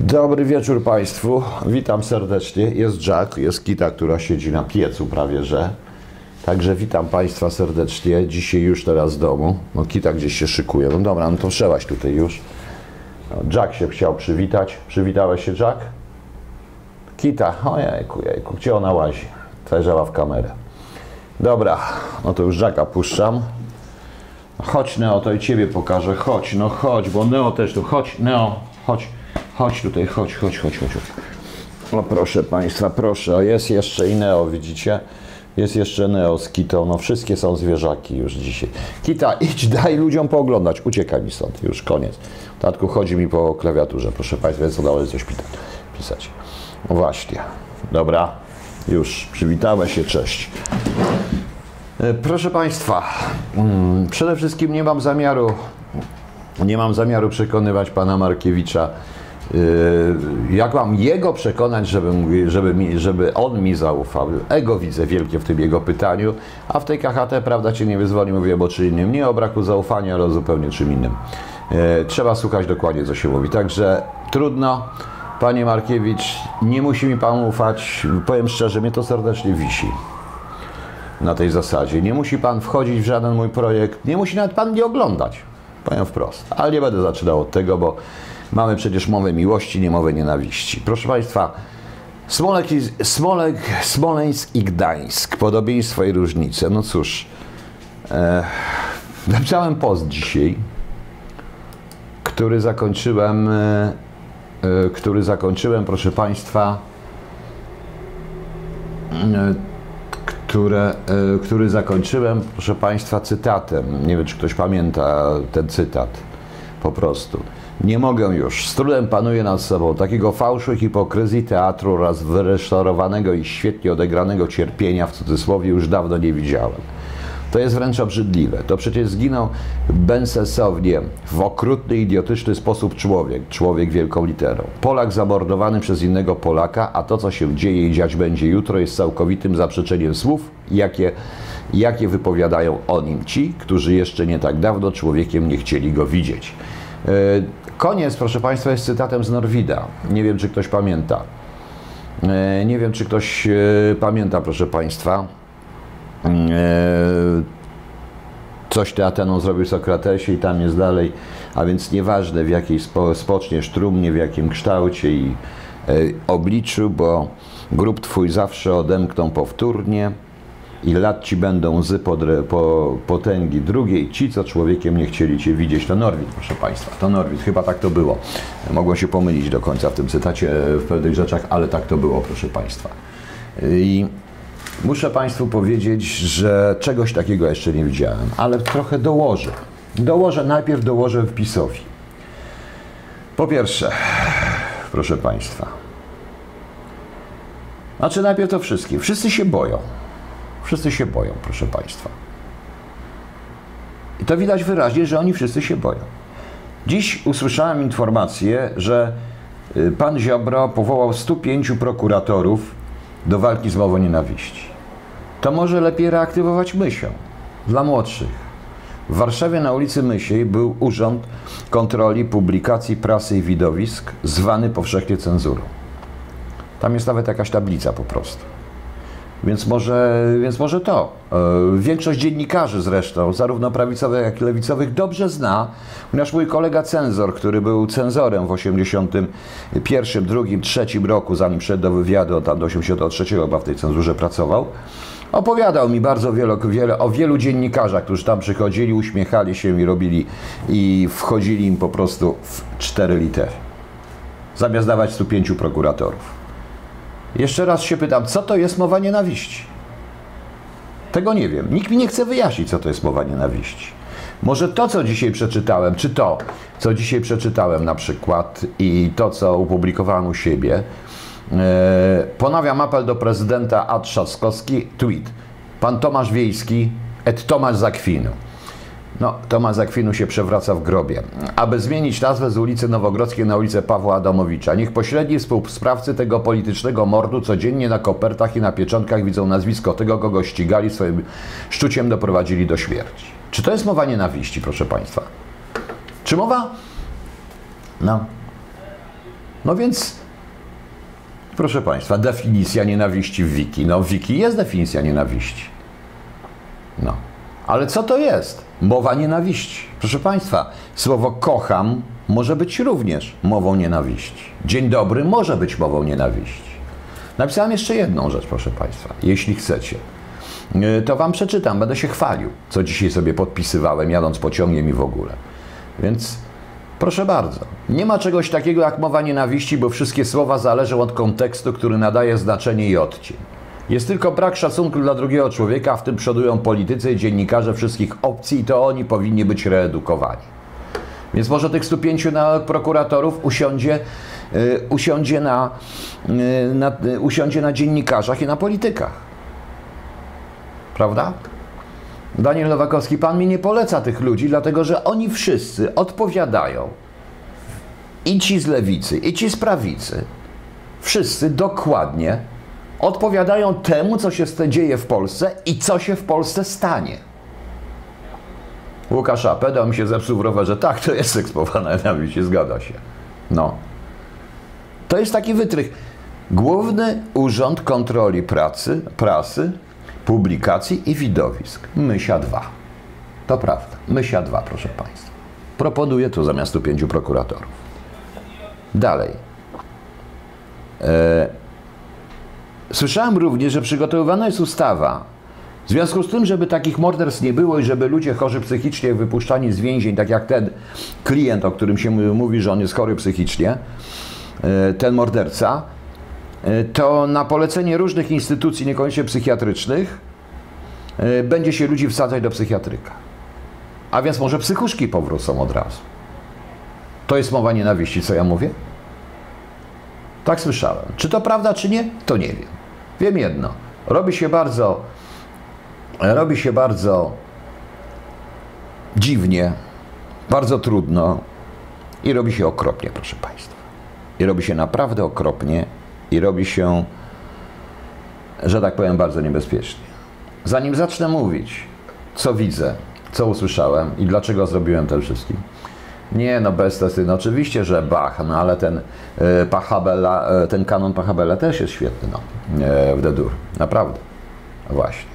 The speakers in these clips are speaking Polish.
Dobry wieczór Państwu, witam serdecznie. Jest Jack, jest Kita, która siedzi na piecu prawie że. Także witam Państwa serdecznie, dzisiaj już teraz z domu. No Kita gdzieś się szykuje, no dobra, no to wszedłaś tutaj już. No, Jack się chciał przywitać, przywitałeś się Jack? Kita, ojejku, jejku, gdzie ona łazi? Zajrzała w kamerę. Dobra, no to już Jacka puszczam. Chodź Neo, to i Ciebie pokażę, chodź, no chodź, bo Neo też tu, chodź Neo, chodź. Chodź tutaj, chodź. O proszę Państwa, proszę, o, jest jeszcze i Neo, widzicie? Jest jeszcze Neo z Kitą, no wszystkie są zwierzaki już dzisiaj. Kita, idź, daj ludziom pooglądać, uciekaj mi stąd, już koniec. Tatku chodzi mi po klawiaturze, proszę Państwa, więc dałem coś pisać. No właśnie, dobra, już, przywitałem się, cześć. Proszę Państwa, przede wszystkim nie mam zamiaru przekonywać pana Markiewicza. Jak mam jego przekonać, żeby on mi zaufał? Ego widzę wielkie w tym jego pytaniu, a w tej KHT prawda cię nie wyzwoli, mówię o czym innym. Nie o braku zaufania, ale o zupełnie czym innym. Trzeba słuchać dokładnie, co się mówi. Także trudno, panie Markiewicz, nie musi mi pan ufać. Powiem szczerze, mnie to serdecznie wisi na tej zasadzie. Nie musi pan wchodzić w żaden mój projekt, nie musi nawet pan mnie oglądać. Powiem wprost, ale nie będę zaczynał od tego, bo mamy przecież mowę miłości, nie mowę nienawiści. Proszę Państwa, Smoleńsk i Gdańsk, podobieństwo i różnice. No cóż, napisałem post dzisiaj, który zakończyłem, proszę Państwa, który zakończyłem, proszę Państwa, cytatem. Nie wiem, czy ktoś pamięta ten cytat. Po prostu. Nie mogę już. Z trudem panuję nad sobą. Takiego fałszu, hipokryzji, teatru oraz wyrestaurowanego i świetnie odegranego cierpienia, w cudzysłowie, już dawno nie widziałem. To jest wręcz obrzydliwe. To przecież zginął bezsensownie, w okrutny, idiotyczny sposób człowiek wielką literą. Polak zamordowany przez innego Polaka, a to, co się dzieje i dziać będzie jutro, jest całkowitym zaprzeczeniem słów, jakie wypowiadają o nim ci, którzy jeszcze nie tak dawno człowiekiem nie chcieli go widzieć. Koniec, proszę Państwa, jest cytatem z Norwida. Nie wiem, czy ktoś pamięta. Nie wiem, czy ktoś pamięta, proszę Państwa. Coś ty Ateną zrobił Sokratesie i tam jest dalej, a więc nieważne w jakiej spoczniesz trumnie, w jakim kształcie i obliczu, bo grób twój zawsze odemkną powtórnie i lat ci będą łzy potęgi drugiej, ci co człowiekiem nie chcieli cię widzieć. To Norwid, proszę Państwa, to Norwid, chyba tak to było. Mogło się pomylić do końca w tym cytacie w pewnych rzeczach, ale tak to było, proszę Państwa. I muszę Państwu powiedzieć, że czegoś takiego jeszcze nie widziałem, ale trochę dołożę. Najpierw dołożę wpisowi. Po pierwsze, proszę Państwa, znaczy najpierw to wszystkim. Wszyscy się boją. Wszyscy się boją, proszę Państwa. I to widać wyraźnie, że oni wszyscy się boją. Dziś usłyszałem informację, że pan Ziobro powołał 105 prokuratorów do walki z mową nienawiści. To może lepiej reaktywować Mysią dla młodszych. W Warszawie na ulicy Mysiej był Urząd Kontroli Publikacji Prasy i Widowisk, zwany powszechnie cenzurą. Tam jest nawet jakaś tablica po prostu. Więc może to. Większość dziennikarzy zresztą, zarówno prawicowych, jak i lewicowych, dobrze zna, ponieważ mój kolega cenzor, który był cenzorem w 81, 2, 3 roku, zanim szedł do wywiadu, on tam do 83 chyba w tej cenzurze pracował, opowiadał mi bardzo wiele o wielu dziennikarzach, którzy tam przychodzili, uśmiechali się i robili i wchodzili im po prostu w 4 litery. Zamiast dawać 105 prokuratorów. Jeszcze raz się pytam, co to jest mowa nienawiści? Tego nie wiem. Nikt mi nie chce wyjaśnić, co to jest mowa nienawiści. Może to, co dzisiaj przeczytałem, czy to, co dzisiaj przeczytałem na przykład i to, co opublikowałem u siebie, ponawiam apel do prezydenta A. Trzaskowski, tweet. Pan Tomasz Wiejski et Tomasz z Akwinu. No, Tomasz z Akwinu się przewraca w grobie. Aby zmienić nazwę z ulicy Nowogrodzkiej na ulicę Pawła Adamowicza. Niech pośredni współsprawcy tego politycznego mordu codziennie na kopertach i na pieczątkach widzą nazwisko tego, kogo ścigali, swoim szczuciem doprowadzili do śmierci. Czy to jest mowa nienawiści, proszę Państwa? Czy mowa? No. No więc, proszę Państwa, definicja nienawiści w wiki. No w wiki jest definicja nienawiści. No. Ale co to jest? Mowa nienawiści. Proszę Państwa, słowo kocham może być również mową nienawiści. Dzień dobry może być mową nienawiści. Napisałem jeszcze jedną rzecz, proszę Państwa. Jeśli chcecie, to Wam przeczytam. Będę się chwalił, co dzisiaj sobie podpisywałem, jadąc pociągiem i w ogóle. Więc proszę bardzo. Nie ma czegoś takiego jak mowa nienawiści, bo wszystkie słowa zależą od kontekstu, który nadaje znaczenie i odcień. Jest tylko brak szacunku dla drugiego człowieka, a w tym przodują politycy i dziennikarze wszystkich opcji i to oni powinni być reedukowani. Więc może tych 105 prokuratorów usiądzie na dziennikarzach i na politykach. Prawda? Daniel Nowakowski, pan mi nie poleca tych ludzi, dlatego że oni wszyscy odpowiadają. I ci z lewicy, i ci z prawicy. Wszyscy dokładnie odpowiadają temu, co się dzieje w Polsce i co się w Polsce stanie. Łukasz A. pedał mi się zepsuł w rowerze. Tak, to jest eksponowana nienawiść, zgadza się. No. To jest taki wytrych. Główny Urząd Kontroli Prasy, Publikacji i Widowisk. Mysia 2. To prawda. Mysia 2, proszę Państwa. Proponuję tu zamiast 105 prokuratorów. Dalej. Słyszałem również, że przygotowywana jest ustawa w związku z tym, żeby takich morderstw nie było i żeby ludzie chorzy psychicznie wypuszczani z więzień, tak jak ten klient, o którym się mówi, że on jest chory psychicznie, ten morderca, to na polecenie różnych instytucji, niekoniecznie psychiatrycznych, będzie się ludzi wsadzać do psychiatryka. A więc może psychuszki powrócą od razu. To jest mowa nienawiści, co ja mówię? Tak słyszałem. Czy to prawda, czy nie? To nie wiem. Wiem jedno. Robi się bardzo dziwnie, bardzo trudno i robi się okropnie, proszę Państwa. I robi się naprawdę okropnie i robi się, że tak powiem, bardzo niebezpiecznie. Zanim zacznę mówić, co widzę, co usłyszałem i dlaczego zrobiłem to wszystkim. Nie, no bez testy, no oczywiście, że Bach, no ale ten ten kanon Pachabela też jest świetny, no, w D-dur, naprawdę, właśnie.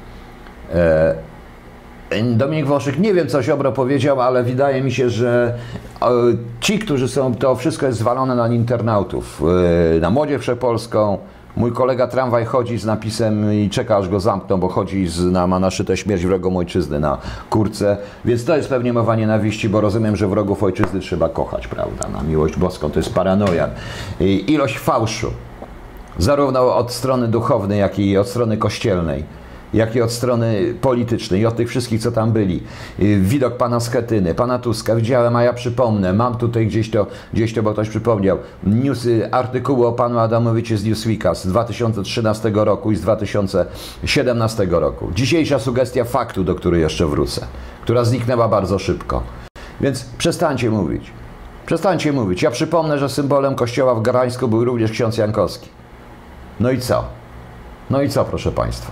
Dominik Wąszyk, nie wiem, co Ziobro powiedział, ale wydaje mi się, że ci, którzy są, to wszystko jest zwalone na internautów, na Młodzież Wszechpolską. Mój kolega Tramwaj chodzi z napisem i czeka, aż go zamkną, bo chodzi ma naszyte śmierć wrogom ojczyzny na kurce, więc to jest pewnie mowa nienawiści, bo rozumiem, że wrogów ojczyzny trzeba kochać, prawda, na miłość boską, to jest paranoja. Ilość fałszu, zarówno od strony duchownej, jak i od strony kościelnej, jak i od strony politycznej i od tych wszystkich, co tam byli. Widok pana Schetyny, pana Tuska widziałem, a ja przypomnę, mam tutaj gdzieś to, bo ktoś przypomniał, artykuły o panu Adamowicie z Newsweeka z 2013 roku i z 2017 roku. Dzisiejsza sugestia faktu, do której jeszcze wrócę, która zniknęła bardzo szybko. Więc przestańcie mówić. Przestańcie mówić. Ja przypomnę, że symbolem kościoła w Garańsku był również ksiądz Jankowski. No i co? No i co, proszę Państwa?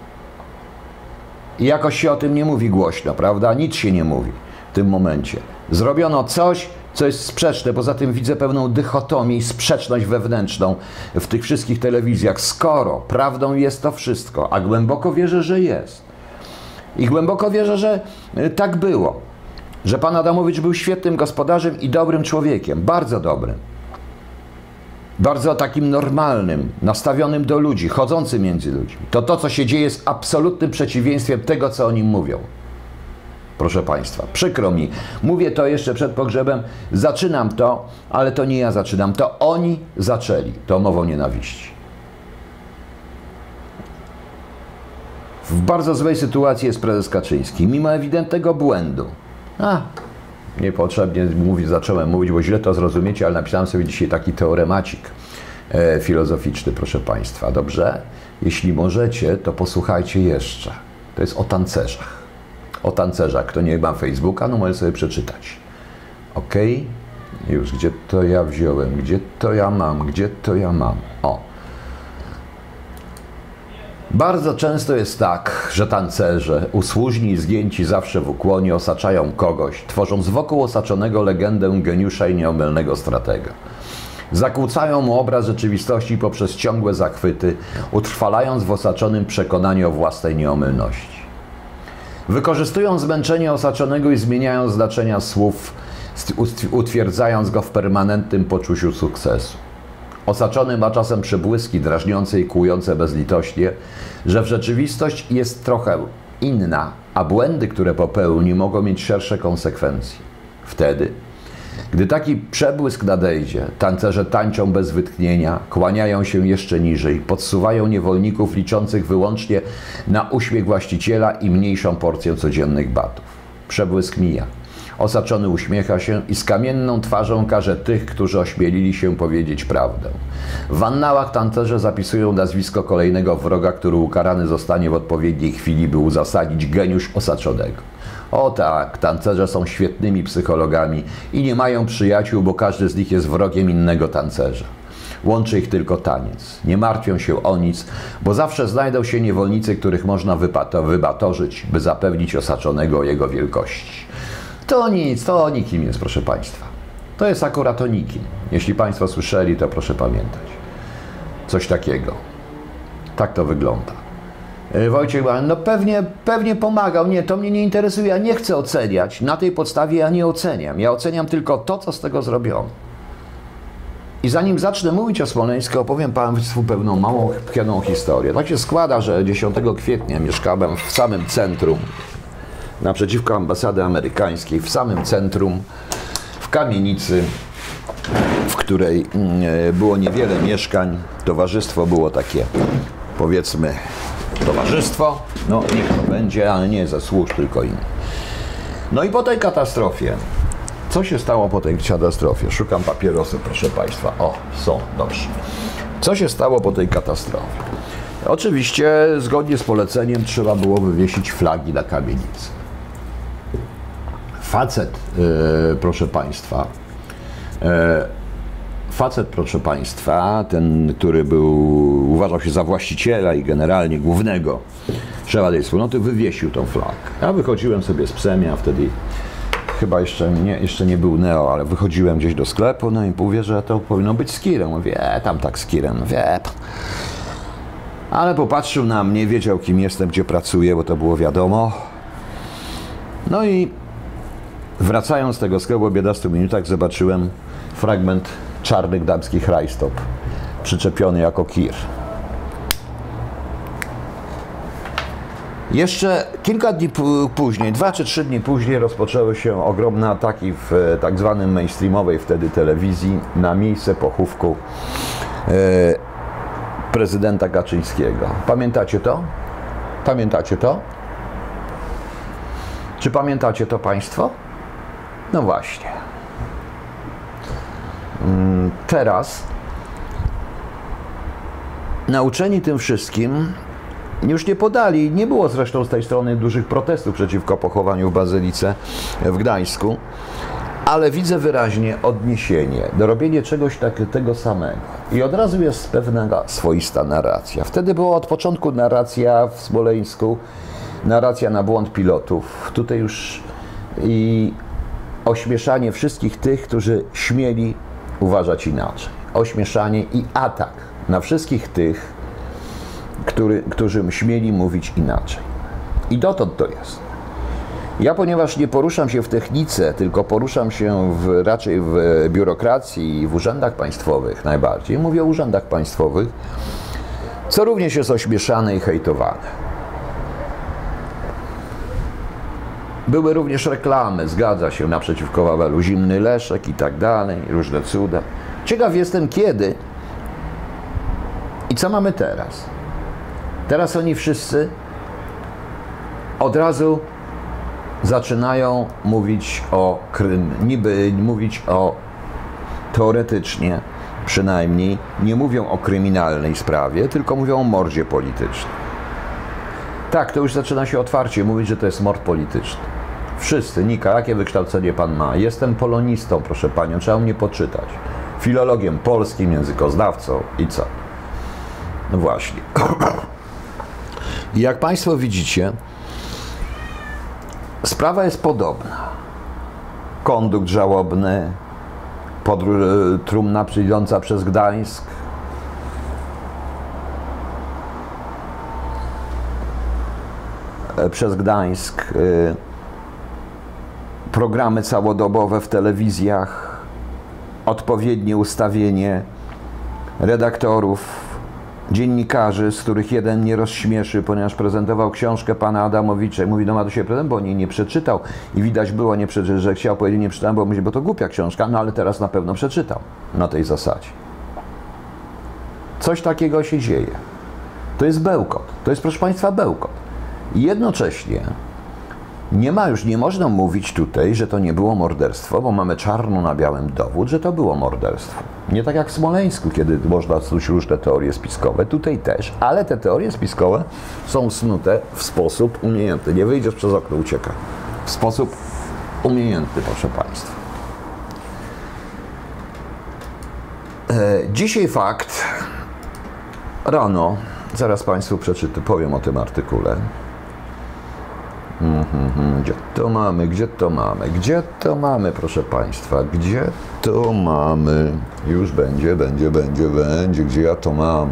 I jakoś się o tym nie mówi głośno, prawda? Nic się nie mówi w tym momencie. Zrobiono coś, co jest sprzeczne. Poza tym widzę pewną dychotomię i sprzeczność wewnętrzną w tych wszystkich telewizjach. Skoro prawdą jest to wszystko, a głęboko wierzę, że jest. I głęboko wierzę, że tak było. Że pan Adamowicz był świetnym gospodarzem i dobrym człowiekiem. Bardzo dobrym. Bardzo takim normalnym, nastawionym do ludzi, chodzącym między ludźmi. To, co się dzieje, jest absolutnym przeciwieństwem tego, co o nim mówią. Proszę Państwa, przykro mi. Mówię to jeszcze przed pogrzebem. Zaczynam to, ale to nie ja zaczynam. To oni zaczęli tą mową nienawiści. W bardzo złej sytuacji jest prezes Kaczyński, mimo ewidentnego błędu. Niepotrzebnie zacząłem mówić, bo źle to zrozumiecie, ale napisałem sobie dzisiaj taki teoremacik filozoficzny, proszę Państwa. Dobrze? Jeśli możecie, to posłuchajcie jeszcze. To jest o tancerzach. O tancerzach. Kto nie ma Facebooka, no może sobie przeczytać. Ok? Już, gdzie to ja wziąłem? Gdzie to ja mam? Gdzie to ja mam? O. Bardzo często jest tak, że tancerze, usłużni i zgięci zawsze w ukłonie, osaczają kogoś, tworząc wokół osaczonego legendę geniusza i nieomylnego stratega. Zakłócają mu obraz rzeczywistości poprzez ciągłe zachwyty, utrwalając w osaczonym przekonaniu o własnej nieomylności. Wykorzystują zmęczenie osaczonego i zmieniają znaczenia słów, utwierdzając go w permanentnym poczuciu sukcesu. Osaczony ma czasem przebłyski drażniące i kłujące bezlitośnie, że rzeczywistość jest trochę inna, a błędy, które popełni, mogą mieć szersze konsekwencje. Wtedy, gdy taki przebłysk nadejdzie, tancerze tańczą bez wytchnienia, kłaniają się jeszcze niżej, podsuwają niewolników liczących wyłącznie na uśmiech właściciela i mniejszą porcję codziennych batów. Przebłysk mija. Osaczony uśmiecha się i z kamienną twarzą karze tych, którzy ośmielili się powiedzieć prawdę. W annałach tancerze zapisują nazwisko kolejnego wroga, który ukarany zostanie w odpowiedniej chwili, by uzasadnić geniusz osaczonego. O tak, tancerze są świetnymi psychologami i nie mają przyjaciół, bo każdy z nich jest wrogiem innego tancerza. Łączy ich tylko taniec. Nie martwią się o nic, bo zawsze znajdą się niewolnicy, których można wybatorzyć, by zapewnić osaczonego o jego wielkości. To nic, to o nikim jest, proszę Państwa. To jest akurat o nikim. Jeśli Państwo słyszeli, to proszę pamiętać. Coś takiego. Tak to wygląda. Wojciech, no pewnie pomagał. Nie, to mnie nie interesuje. Ja nie chcę oceniać. Na tej podstawie ja nie oceniam. Ja oceniam tylko to, co z tego zrobiono. I zanim zacznę mówić o Smoleńsku, opowiem Państwu pewną małą, pcheną historię. Tak się składa, że 10 kwietnia mieszkałem w samym centrum, naprzeciwko ambasady amerykańskiej, w samym centrum, w kamienicy, w której było niewiele mieszkań. Towarzystwo było takie, powiedzmy, towarzystwo, no niech to będzie, ale nie ze służb, tylko innych. No i po tej katastrofie, co się stało po tej katastrofie? Szukam papierosów, proszę Państwa. O, są, dobrze. Co się stało po tej katastrofie? Oczywiście, zgodnie z poleceniem, trzeba było wywiesić flagi na kamienicy. Proszę Państwa, ten, który uważał się za właściciela i generalnie głównego szefa tej wspólnoty, wywiesił tą flagę. Ja wychodziłem sobie z psem, a wtedy chyba jeszcze nie był Neo, ale wychodziłem gdzieś do sklepu, no i mówię, że to powinno być skirem. Mówię, tam tak skirem, wie. Ale popatrzył na mnie, wiedział, kim jestem, gdzie pracuję, bo to było wiadomo. No i wracając z tego sklepu o 11 minutach zobaczyłem fragment czarnych damskich rajstop przyczepiony jako kir. Jeszcze kilka dni później, 2 czy 3 dni później rozpoczęły się ogromne ataki w tak zwanym mainstreamowej wtedy telewizji na miejsce pochówku prezydenta Kaczyńskiego. Pamiętacie to? Pamiętacie to? Czy pamiętacie to Państwo? No właśnie. Teraz, nauczeni tym wszystkim, już nie podali, nie było zresztą z tej strony dużych protestów przeciwko pochowaniu w Bazylice w Gdańsku, ale widzę wyraźnie odniesienie do robienia czegoś tego samego. I od razu jest pewna swoista narracja. Wtedy była od początku narracja w Smoleńsku, narracja na błąd pilotów. Tutaj już i ośmieszanie wszystkich tych, którzy śmieli uważać inaczej. Ośmieszanie i atak na wszystkich tych, którzy śmieli mówić inaczej. I dotąd to jest. Ja, ponieważ nie poruszam się w technice, tylko poruszam się raczej w biurokracji i w urzędach państwowych najbardziej, mówię o urzędach państwowych, co również jest ośmieszane i hejtowane. Były również reklamy, zgadza się, naprzeciwko Wawelu, Zimny Leszek i tak dalej, różne cuda. Ciekaw jestem kiedy i co mamy teraz. Teraz oni wszyscy od razu zaczynają mówić o niby mówić o, teoretycznie przynajmniej, nie mówią o kryminalnej sprawie, tylko mówią o mordzie politycznym. Tak, to już zaczyna się otwarcie mówić, że to jest mord polityczny. Wszyscy, Nika, jakie wykształcenie pan ma? Jestem polonistą, proszę panią, trzeba mnie poczytać. Filologiem polskim, językoznawcą i co? No właśnie. I jak państwo widzicie, sprawa jest podobna. Kondukt żałobny, trumna idąca przez Gdańsk. Przez Gdańsk. Programy całodobowe w telewizjach. Odpowiednie ustawienie redaktorów, dziennikarzy, z których jeden mnie rozśmieszył, ponieważ prezentował książkę pana Adamowicza i mówi, no ma do siebie prezent, bo on jej nie przeczytał i widać było, że chciał powiedzieć, nie przeczytałem, bo to głupia książka, no ale teraz na pewno przeczytał na tej zasadzie. Coś takiego się dzieje. To jest bełkot. To jest, proszę państwa, bełkot. I jednocześnie nie można mówić tutaj, że to nie było morderstwo, bo mamy czarno na białym dowód, że to było morderstwo. Nie tak jak w Smoleńsku, kiedy można snuć różne teorie spiskowe, tutaj też, ale te teorie spiskowe są snute w sposób umiejętny. Nie wyjdziesz przez okno, ucieka. W sposób umiejętny, proszę państwa. Dzisiaj fakt, rano, zaraz państwu powiem o tym artykule. Gdzie to mamy, gdzie to mamy, gdzie to mamy, proszę państwa, gdzie to mamy? Już będzie, gdzie ja to mam?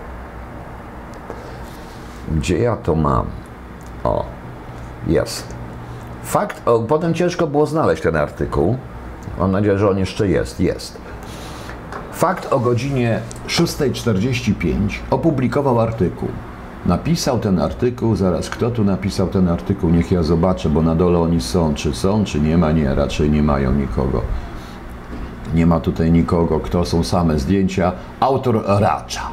Gdzie ja to mam? O, jest. Fakt, potem ciężko było znaleźć ten artykuł. Mam nadzieję, że on jeszcze jest. Fakt o godzinie 6:45 opublikował artykuł. Napisał ten artykuł, zaraz kto tu napisał ten artykuł, niech ja zobaczę, bo na dole oni są, czy nie ma, nie, raczej nie mają nikogo. Nie ma tutaj nikogo, kto są same zdjęcia. Autor Racza.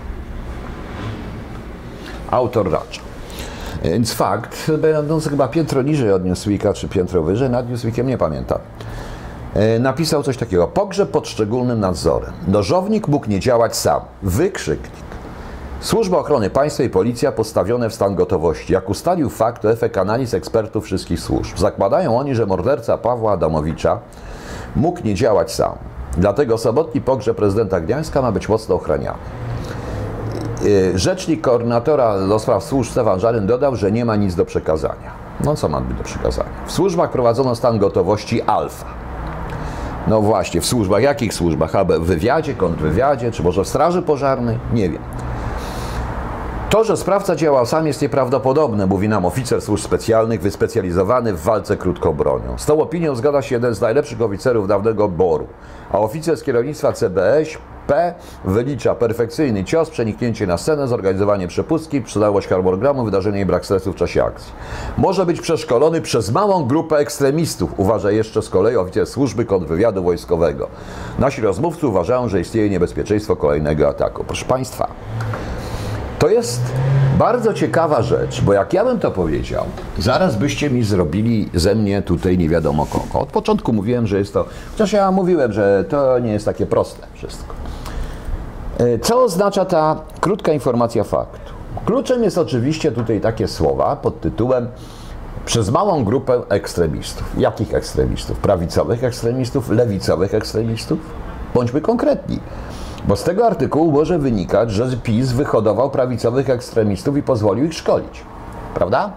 Więc fakt, będąc chyba piętro niżej od Newsweeka, czy piętro wyżej, nad Newsweekiem nie pamiętam. Napisał coś takiego. Pogrzeb pod szczególnym nadzorem. Nożownik mógł nie działać sam. Wykrzyknik. Służba Ochrony Państwa i Policja postawione w stan gotowości. Jak ustalił fakt, to efekt analiz ekspertów wszystkich służb. Zakładają oni, że morderca Pawła Adamowicza mógł nie działać sam. Dlatego sobotni pogrzeb prezydenta Gdańska ma być mocno ochraniany. Rzecznik koordynatora do spraw służb Stefan Żaryn dodał, że nie ma nic do przekazania. No co ma być do przekazania? W służbach prowadzono stan gotowości alfa. No właśnie, w służbach. Jakich służbach? W wywiadzie, kontrwywiadzie, czy może w straży pożarnej? Nie wiem. To, że sprawca działał sam, jest nieprawdopodobne, mówi nam oficer służb specjalnych wyspecjalizowany w walce krótką bronią. Z tą opinią zgadza się jeden z najlepszych oficerów dawnego BOR-u, a oficer z kierownictwa CBŚP wylicza perfekcyjny cios, przeniknięcie na scenę, zorganizowanie przepustki, przydałość harmonogramu, wydarzenie i brak stresu w czasie akcji. Może być przeszkolony przez małą grupę ekstremistów, uważa jeszcze z kolei oficer służby kontrwywiadu wojskowego. Nasi rozmówcy uważają, że istnieje niebezpieczeństwo kolejnego ataku. Proszę państwa, to jest bardzo ciekawa rzecz, bo jak ja bym to powiedział, zaraz byście mi zrobili ze mnie tutaj nie wiadomo kogo. Od początku mówiłem, że jest to, chociaż ja mówiłem, że to nie jest takie proste wszystko. Co oznacza ta krótka informacja faktu? Kluczem jest oczywiście tutaj takie słowa pod tytułem przez małą grupę ekstremistów. Jakich ekstremistów? Prawicowych ekstremistów? Lewicowych ekstremistów? Bądźmy konkretni. Bo z tego artykułu może wynikać, że PiS wyhodował prawicowych ekstremistów i pozwolił ich szkolić. Prawda?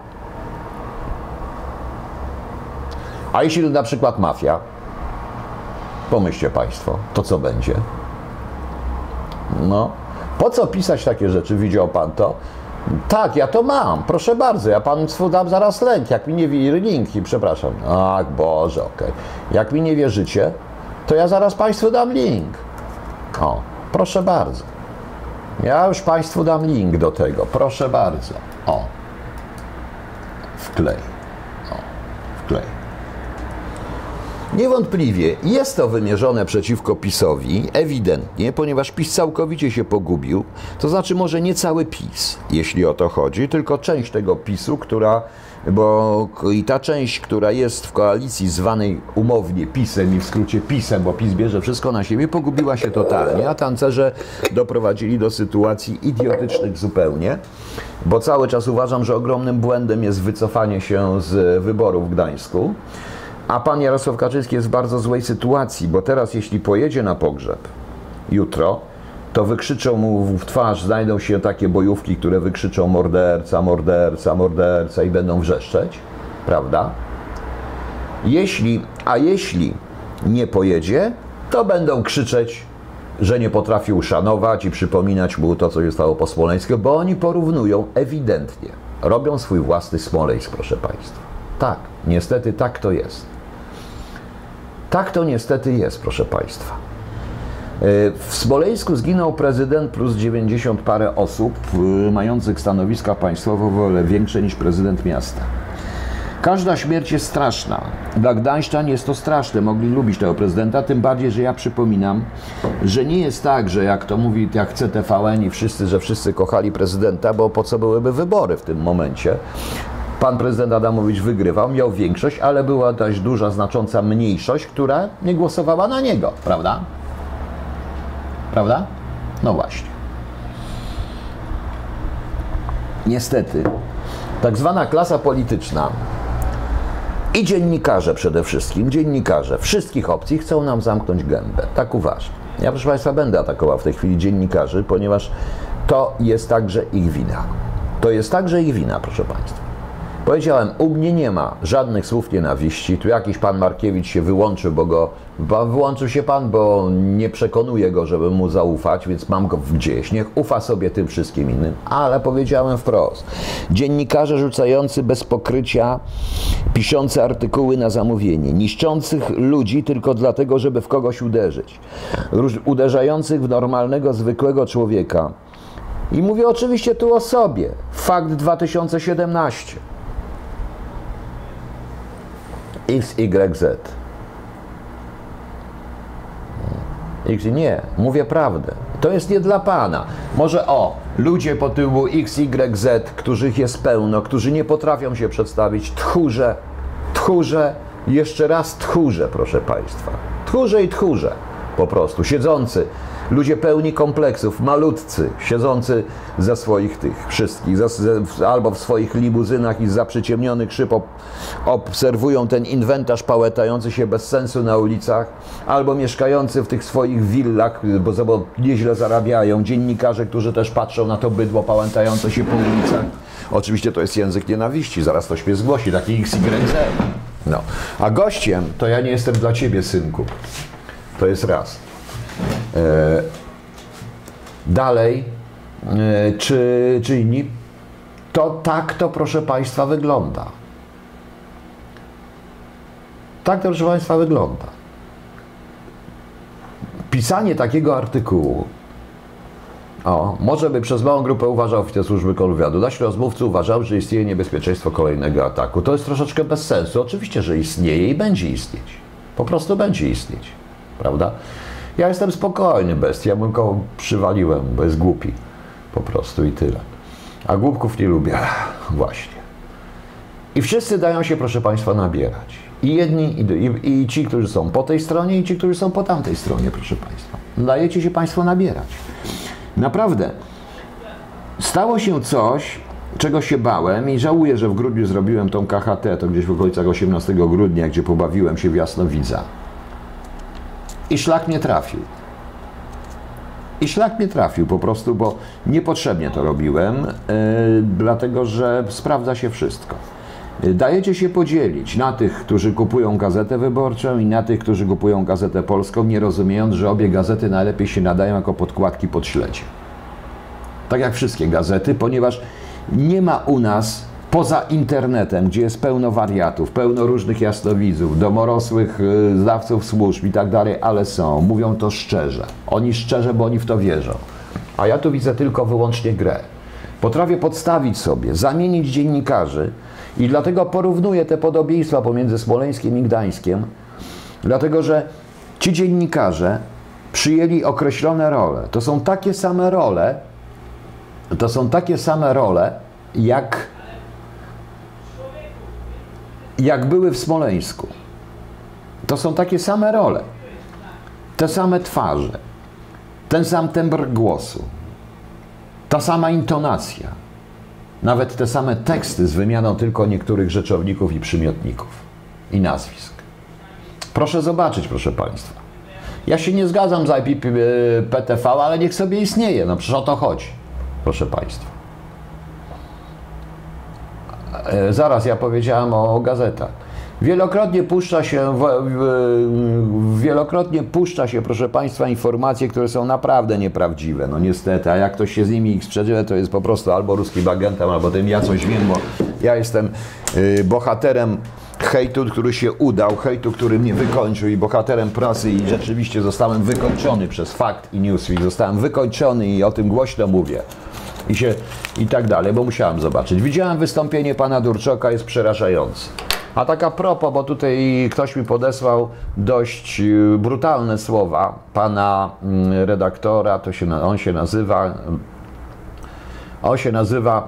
A jeśli to na przykład mafia? Pomyślcie państwo, to co będzie? No, po co pisać takie rzeczy? Widział pan to? Tak, ja to mam, proszę bardzo, ja państwu dam zaraz link, jak mi nie linki, przepraszam. Ach, Boże, okej. Jak mi nie wierzycie, to ja zaraz państwu dam link. O, proszę bardzo. Ja już państwu dam link do tego, proszę bardzo. O, wklej. O, wklej. Niewątpliwie jest to wymierzone przeciwko PiS-owi, ewidentnie, ponieważ PiS całkowicie się pogubił, to znaczy może nie cały PiS, jeśli o to chodzi, tylko część tego PiS-u, i ta część, która jest w koalicji zwanej umownie PiS-em i w skrócie PiS-em, bo PiS bierze wszystko na siebie, pogubiła się totalnie, a tancerze doprowadzili do sytuacji idiotycznych zupełnie, bo cały czas uważam, że ogromnym błędem jest wycofanie się z wyborów w Gdańsku. A pan Jarosław Kaczyński jest w bardzo złej sytuacji, bo teraz jeśli pojedzie na pogrzeb jutro, to wykrzyczą mu w twarz, znajdą się takie bojówki, które wykrzyczą morderca, morderca, morderca i będą wrzeszczeć, prawda? Jeśli nie pojedzie, to będą krzyczeć, że nie potrafi uszanować i przypominać mu to, co się stało po Smoleńsku, bo oni porównują ewidentnie. Robią swój własny Smoleńsk, proszę Państwa. Tak, niestety tak to jest. Tak to niestety jest, proszę Państwa. W Smoleńsku zginął prezydent plus 90 parę osób mających stanowiska państwowe o wiele większe niż prezydent miasta. Każda śmierć jest straszna. Dla gdańszczan jest to straszne. Mogli lubić tego prezydenta, tym bardziej, że ja przypominam, że nie jest tak, że jak to mówi, jak chce TVN i wszyscy, że wszyscy kochali prezydenta, bo po co byłyby wybory w tym momencie. Pan prezydent Adamowicz wygrywał, miał większość, ale była dość duża, znacząca mniejszość, która nie głosowała na niego, prawda? Prawda? No właśnie. Niestety, tak zwana klasa polityczna i dziennikarze przede wszystkim, dziennikarze wszystkich opcji chcą nam zamknąć gębę. Tak uważam. Ja, proszę Państwa, będę atakował w tej chwili dziennikarzy, ponieważ to jest także ich wina. To jest także ich wina, proszę Państwa. Powiedziałem, u mnie nie ma żadnych słów nienawiści. Tu jakiś pan Markiewicz się wyłączył, wyłączył się pan, bo nie przekonuje go, żeby mu zaufać, więc mam go gdzieś. Niech ufa sobie tym wszystkim innym. Ale powiedziałem wprost. Dziennikarze rzucający bez pokrycia, piszący artykuły na zamówienie, niszczących ludzi tylko dlatego, żeby w kogoś uderzyć. Uderzających w normalnego, zwykłego człowieka. I mówię oczywiście tu o sobie. Fakt 2017. XYZ. Nie, mówię prawdę. To jest nie dla pana. Może ludzie po tyłu XYZ, których jest pełno, którzy nie potrafią się przedstawić, tchórze, jeszcze raz tchórze, proszę Państwa. Tchórze i tchórze, po prostu, siedzący. Ludzie pełni kompleksów, malutcy, siedzący ze swoich tych wszystkich, albo w swoich limuzynach i zza przyciemnionych szyb obserwują ten inwentarz pałętający się bez sensu na ulicach, albo mieszkający w tych swoich willach, bo nieźle zarabiają, dziennikarze, którzy też patrzą na to bydło pałętające się po ulicach. Oczywiście to jest język nienawiści, zaraz ktoś mnie zgłosi, taki XYZ. No. A gościem to ja nie jestem dla ciebie, synku. To jest raz. Dalej, czy inni, to tak to, proszę Państwa, wygląda. Tak to, proszę Państwa, wygląda. Pisanie takiego artykułu, może by przez małą grupę uważał oficer służby kontrwywiadu, nasi rozmówcy uważał, że istnieje niebezpieczeństwo kolejnego ataku. To jest troszeczkę bez sensu. Oczywiście, że istnieje i będzie istnieć. Po prostu będzie istnieć. Prawda? Ja jestem spokojny, bestia, bym go przywaliłem, bo jest głupi. Po prostu i tyle. A głupków nie lubię. Właśnie. I wszyscy dają się, proszę Państwa, nabierać. I jedni, i ci, którzy są po tej stronie, i ci, którzy są po tamtej stronie, proszę Państwa. Dajecie się Państwo nabierać. Naprawdę. Stało się coś, czego się bałem i żałuję, że w grudniu zrobiłem tą KHT, to gdzieś w okolicach 18 grudnia, gdzie pobawiłem się w Jasnowidza. I szlak mnie trafił. I szlak mnie trafił po prostu, bo niepotrzebnie to robiłem, dlatego że sprawdza się wszystko. Dajecie się podzielić na tych, którzy kupują Gazetę Wyborczą i na tych, którzy kupują Gazetę Polską, nie rozumiejąc, że obie gazety najlepiej się nadają jako podkładki pod śledzie. Tak jak wszystkie gazety, ponieważ nie ma u nas, poza internetem, gdzie jest pełno wariatów, pełno różnych jasnowidzów, domorosłych zdawców służb i tak dalej, ale są. Mówią to szczerze. Oni szczerze, bo oni w to wierzą. A ja tu widzę tylko wyłącznie grę. Potrafię podstawić sobie, zamienić dziennikarzy i dlatego porównuję te podobieństwa pomiędzy Smoleńskiem i Gdańskiem, dlatego że ci dziennikarze przyjęli określone role. To są takie same role, jak były w Smoleńsku. To są takie same role, te same twarze, ten sam tembr głosu, ta sama intonacja, nawet te same teksty z wymianą tylko niektórych rzeczowników i przymiotników i nazwisk. Proszę zobaczyć, proszę Państwa. Ja się nie zgadzam z IPPTV, ale niech sobie istnieje, no przecież o to chodzi, proszę Państwa. Zaraz, ja powiedziałem o gazetach. Wielokrotnie puszcza się, proszę Państwa, informacje, które są naprawdę nieprawdziwe. No niestety, a jak ktoś się z nimi sprzedzieje, to jest po prostu albo ruskim agentem, albo tym ja coś wiem, bo ja jestem bohaterem hejtu, który się udał, hejtu, który mnie wykończył i bohaterem prasy i rzeczywiście zostałem wykończony przez Fakt i Newsweek. Zostałem wykończony i o tym głośno mówię. I tak dalej, bo musiałem zobaczyć. Widziałem wystąpienie pana Durczoka, jest przerażające. A tak a propos, bo tutaj ktoś mi podesłał dość brutalne słowa pana redaktora, on się nazywa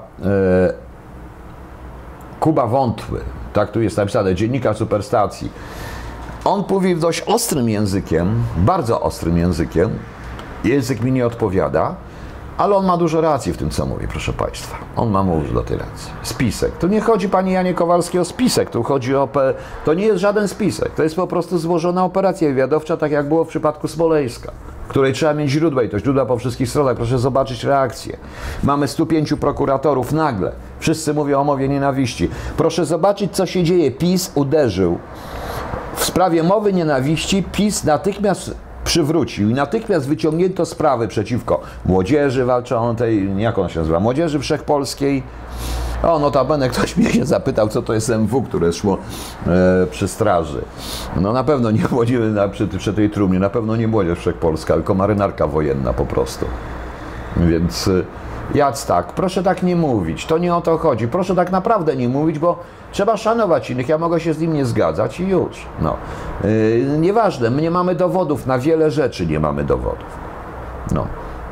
Kuba Wątły, tak tu jest napisane, dziennikarz Superstacji. On mówi dość ostrym językiem, bardzo ostrym językiem, język mi nie odpowiada, ale on ma dużo racji w tym, co mówi, proszę Państwa. On ma do tej racji. Spisek. Tu nie chodzi, Panie Janie Kowalski, o spisek. Tu chodzi o... To nie jest żaden spisek. To jest po prostu złożona operacja wywiadowcza, tak jak było w przypadku Smoleńska, w której trzeba mieć źródła i to źródła po wszystkich stronach. Proszę zobaczyć reakcję. Mamy 105 prokuratorów nagle. Wszyscy mówią o mowie nienawiści. Proszę zobaczyć, co się dzieje. PiS uderzył. W sprawie mowy nienawiści PiS natychmiast przywrócił i natychmiast wyciągnięto sprawy przeciwko młodzieży walczącej, jak ona się nazywa, Młodzieży Wszechpolskiej. O, notabene ktoś mnie się zapytał, co to jest MW, które szło przy straży. No na pewno nie młodzieży przy tej trumnie, na pewno nie Młodzież Wszechpolska, tylko marynarka wojenna po prostu. Więc tak, proszę tak nie mówić, to nie o to chodzi. Proszę tak naprawdę nie mówić, bo trzeba szanować innych, ja mogę się z nim nie zgadzać i już. No. Nieważne, my nie mamy dowodów, na wiele rzeczy nie mamy dowodów. No.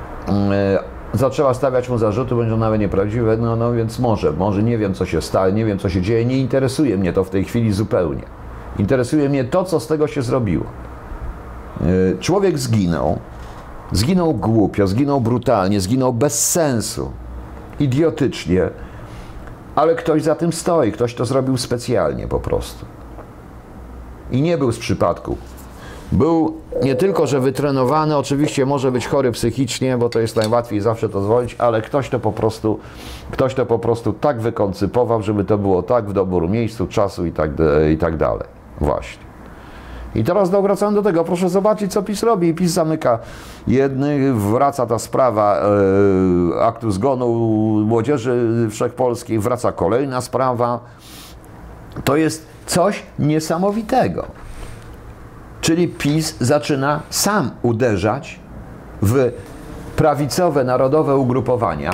Zaczęła stawiać mu zarzuty, będzie nawet nieprawdziwe, no więc może nie wiem, co się stało, nie wiem, co się dzieje, nie interesuje mnie to w tej chwili zupełnie. Interesuje mnie to, co z tego się zrobiło. Człowiek zginął. Zginął głupio, zginął brutalnie, zginął bez sensu, idiotycznie, ale ktoś za tym stoi, ktoś to zrobił specjalnie po prostu. I nie był z przypadku. Był nie tylko, że wytrenowany, oczywiście może być chory psychicznie, bo to jest najłatwiej zawsze to zwolnić, ale ktoś to po prostu tak wykoncypował, żeby to było tak w doboru miejscu, czasu i tak dalej. Właśnie. I teraz wracam do tego, proszę zobaczyć, co PiS robi. PiS zamyka jednych, wraca ta sprawa aktu zgonu Młodzieży Wszechpolskiej, wraca kolejna sprawa. To jest coś niesamowitego. Czyli PiS zaczyna sam uderzać w prawicowe, narodowe ugrupowania,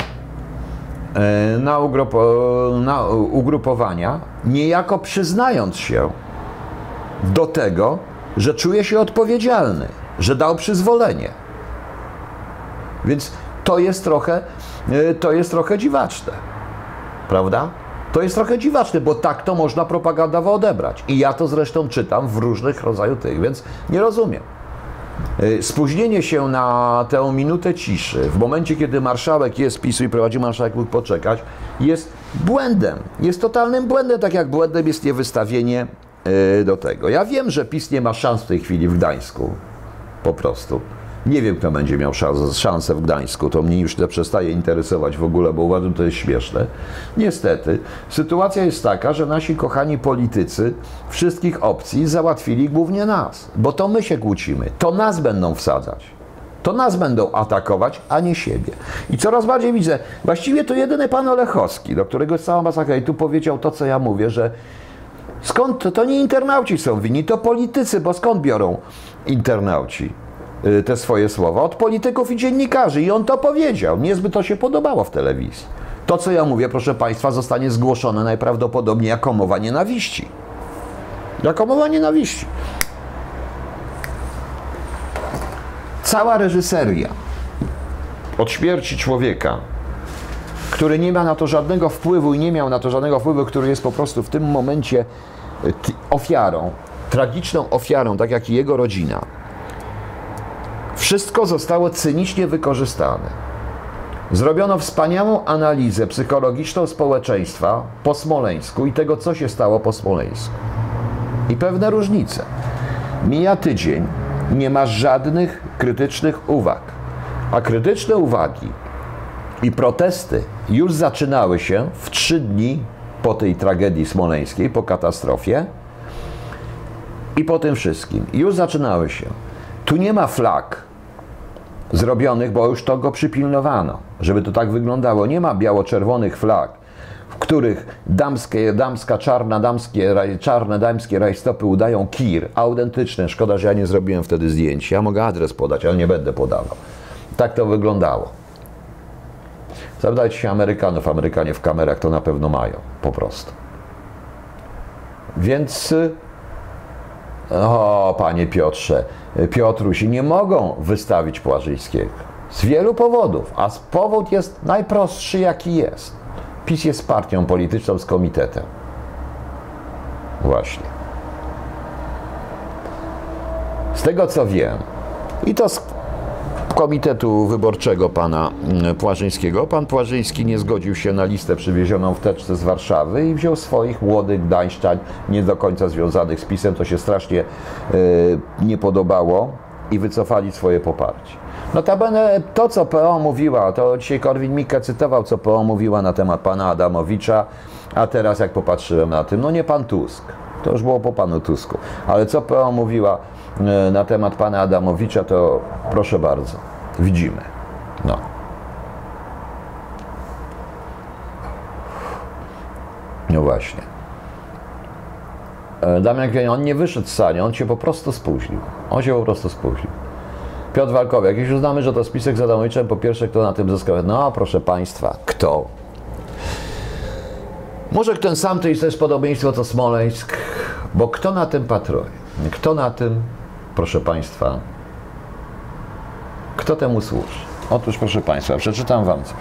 na ugrupowania, niejako przyznając się do tego, że czuje się odpowiedzialny, że dał przyzwolenie. Więc to jest trochę dziwaczne, prawda? To jest trochę dziwaczne, bo tak to można propagandowo odebrać. I ja to zresztą czytam w różnych rodzajach tych, więc nie rozumiem. Spóźnienie się na tę minutę ciszy, w momencie, kiedy marszałek jest z PiS-u i prowadzi marszałek mógł poczekać, jest błędem. Jest totalnym błędem, tak jak błędem jest niewystawienie do tego. Ja wiem, że PiS nie ma szans w tej chwili w Gdańsku. Po prostu. Nie wiem, kto będzie miał szansę w Gdańsku. To mnie już przestaje interesować w ogóle, bo uważam, że to jest śmieszne. Niestety, sytuacja jest taka, że nasi kochani politycy wszystkich opcji załatwili głównie nas. Bo to my się kłócimy. To nas będą wsadzać. To nas będą atakować, a nie siebie. I coraz bardziej widzę, właściwie to jedyny pan Olechowski, do którego jest cała masa hejtu, powiedział to, co ja mówię, że skąd to nie internauci są winni, to politycy, bo skąd biorą internauci te swoje słowa? Od polityków i dziennikarzy. I on to powiedział. Niezbyt to się podobało w telewizji. To, co ja mówię, proszę Państwa, zostanie zgłoszone najprawdopodobniej jako mowa nienawiści. Jako mowa nienawiści. Cała reżyseria od śmierci człowieka, który nie ma na to żadnego wpływu i nie miał na to żadnego wpływu, który jest po prostu w tym momencie ofiarą, tragiczną ofiarą, tak jak i jego rodzina. Wszystko zostało cynicznie wykorzystane. Zrobiono wspaniałą analizę psychologiczną społeczeństwa po Smoleńsku i tego, co się stało po Smoleńsku. I pewne różnice. Mija tydzień, nie ma żadnych krytycznych uwag. A krytyczne uwagi i protesty już zaczynały się w 3 dni po tej tragedii smoleńskiej, po katastrofie. I po tym wszystkim już zaczynały się. Tu nie ma flag zrobionych, bo już to go przypilnowano, żeby to tak wyglądało. Nie ma biało-czerwonych flag, w których czarne damskie rajstopy udają kir, autentyczne. Szkoda, że ja nie zrobiłem wtedy zdjęć. Ja mogę adres podać, ale nie będę podawał. Tak to wyglądało. Zapytajcie się Amerykanów. Amerykanie w kamerach to na pewno mają, po prostu. Więc... O, panie Piotrze, Piotrusi, nie mogą wystawić Płażyńskiego. Z wielu powodów, a powód jest najprostszy, jaki jest. PiS jest partią polityczną z komitetem. Właśnie. Z tego co wiem, i to z komitetu wyborczego pana Płażyńskiego, pan Płażyński nie zgodził się na listę przywiezioną w teczce z Warszawy i wziął swoich młodych gdańszczan, nie do końca związanych z PiS-em, to się strasznie nie podobało i wycofali swoje poparcie. Notabene to, co PO mówiła, to dzisiaj Korwin-Mikke cytował, co PO mówiła na temat pana Adamowicza, a teraz jak popatrzyłem na tym, no nie pan Tusk, to już było po panu Tusku, ale co PO mówiła na temat pana Adamowicza, to proszę bardzo, widzimy. No. No właśnie. Damian Kwiatek, on nie wyszedł z sali, on się po prostu spóźnił. Piotr Walkowiak, jak już uznamy, że to spisek z Adamowiczem, po pierwsze, kto na tym zyskał? No, proszę państwa, kto? Może ten sam to jest też podobieństwo co Smoleńsk, bo kto na tym patruje? Kto na tym, proszę państwa, kto temu służy? Otóż, proszę państwa, przeczytam wam coś.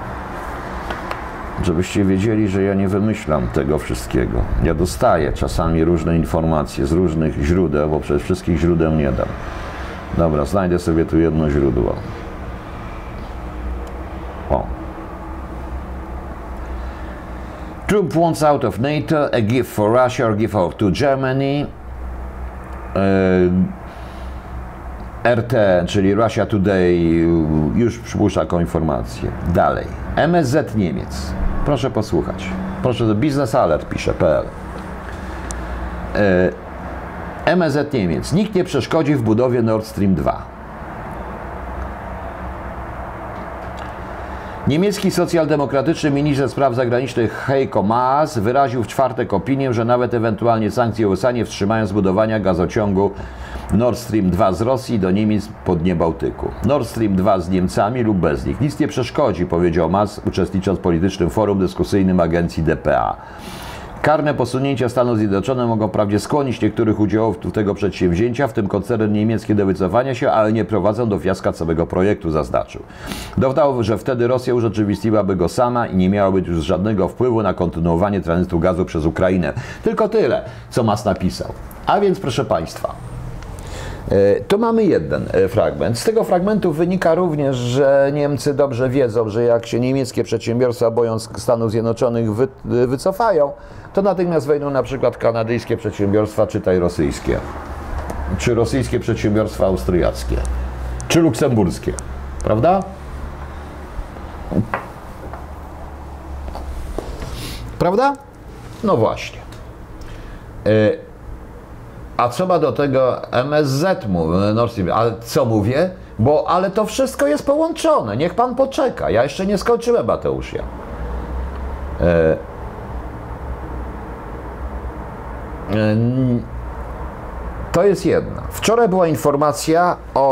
Żebyście wiedzieli, że ja nie wymyślam tego wszystkiego. Ja dostaję czasami różne informacje z różnych źródeł, bo przecież wszystkich źródeł nie dam. Dobra, znajdę sobie tu jedno źródło. O. Trump wants out of NATO, a gift for Russia or gift to Germany. RT, czyli Russia Today, już przypuszcza taką informację. Dalej. MSZ Niemiec. Proszę posłuchać. Proszę, Business Alert pisze, PL. MSZ Niemiec. Nikt nie przeszkodzi w budowie Nord Stream 2. Niemiecki socjaldemokratyczny minister spraw zagranicznych Heiko Maas wyraził w czwartek opinię, że nawet ewentualnie sankcje USA nie wstrzymają zbudowania gazociągu Nord Stream 2 z Rosji do Niemiec po dnie Bałtyku. Nord Stream 2 z Niemcami lub bez nich. Nic nie przeszkodzi, powiedział Maas, uczestnicząc w politycznym forum dyskusyjnym agencji dpa. Karne posunięcia Stanów Zjednoczonych mogą wprawdzie skłonić niektórych udziałowców tego przedsięwzięcia, w tym koncerny niemieckie, do wycofania się, ale nie prowadzą do fiaska całego projektu, zaznaczył. Dodał, że wtedy Rosja urzeczywistniłaby go sama i nie miałaby już żadnego wpływu na kontynuowanie tranzytu gazu przez Ukrainę. Tylko tyle, co Mas napisał. A więc, proszę państwa, tu mamy jeden fragment. Z tego fragmentu wynika również, że Niemcy dobrze wiedzą, że jak się niemieckie przedsiębiorstwa, bojąc Stanów Zjednoczonych, wycofają, to natychmiast wejdą na przykład kanadyjskie przedsiębiorstwa, czytaj rosyjskie, czy rosyjskie przedsiębiorstwa austriackie, czy luksemburskie, prawda? Prawda? No właśnie. A co ma do tego MSZ, Nord Stream? Ale co mówię? Ale to wszystko jest połączone. Niech pan poczeka. Ja jeszcze nie skończyłem, Mateusz. To jest jedna. Wczoraj była informacja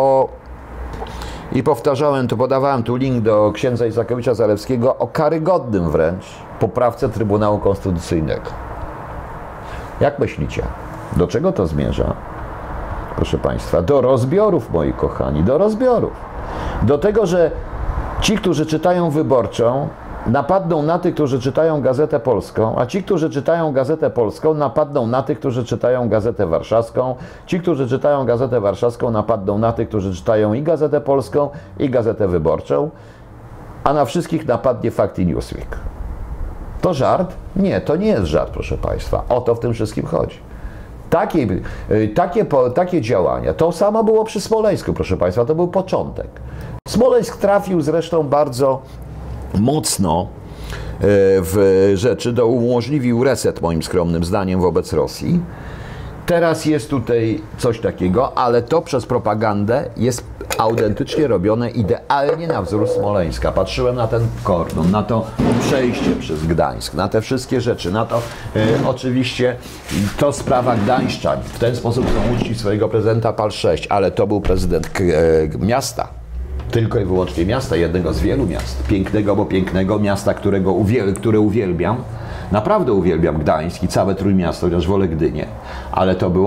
i powtarzałem, podawałem tu link do księdza Isakowicza-Zalewskiego o karygodnym wręcz poprawce Trybunału Konstytucyjnego. Jak myślicie? Do czego to zmierza? Proszę państwa, do rozbiorów, moi kochani, do rozbiorów. Do tego, że ci, którzy czytają Wyborczą, napadną na tych, którzy czytają Gazetę Polską, a ci, którzy czytają Gazetę Polską, napadną na tych, którzy czytają Gazetę Warszawską. Ci, którzy czytają Gazetę Warszawską, napadną na tych, którzy czytają i Gazetę Polską, i Gazetę Wyborczą, a na wszystkich napadnie Fakt i Newsweek. To żart? Nie, to nie jest żart, proszę państwa. O to w tym wszystkim chodzi. Takie działania. To samo było przy Smoleńsku, proszę państwa, to był początek. Smoleńsk trafił zresztą bardzo mocno w rzeczy, umożliwił reset, moim skromnym zdaniem, wobec Rosji. Teraz jest tutaj coś takiego, ale to przez propagandę jest autentycznie robione idealnie na wzór Smoleńska. Patrzyłem na ten kordon, na to przejście przez Gdańsk, na te wszystkie rzeczy, na to oczywiście to sprawa gdańszczan. W ten sposób chcą uczcić swojego prezydenta PAL 6, ale to był prezydent miasta. Tylko i wyłącznie miasta, jednego z wielu miast. Pięknego, bo pięknego miasta, które uwielbiam. Naprawdę uwielbiam Gdańsk i całe Trójmiasto, chociaż wolę Gdynię. Ale to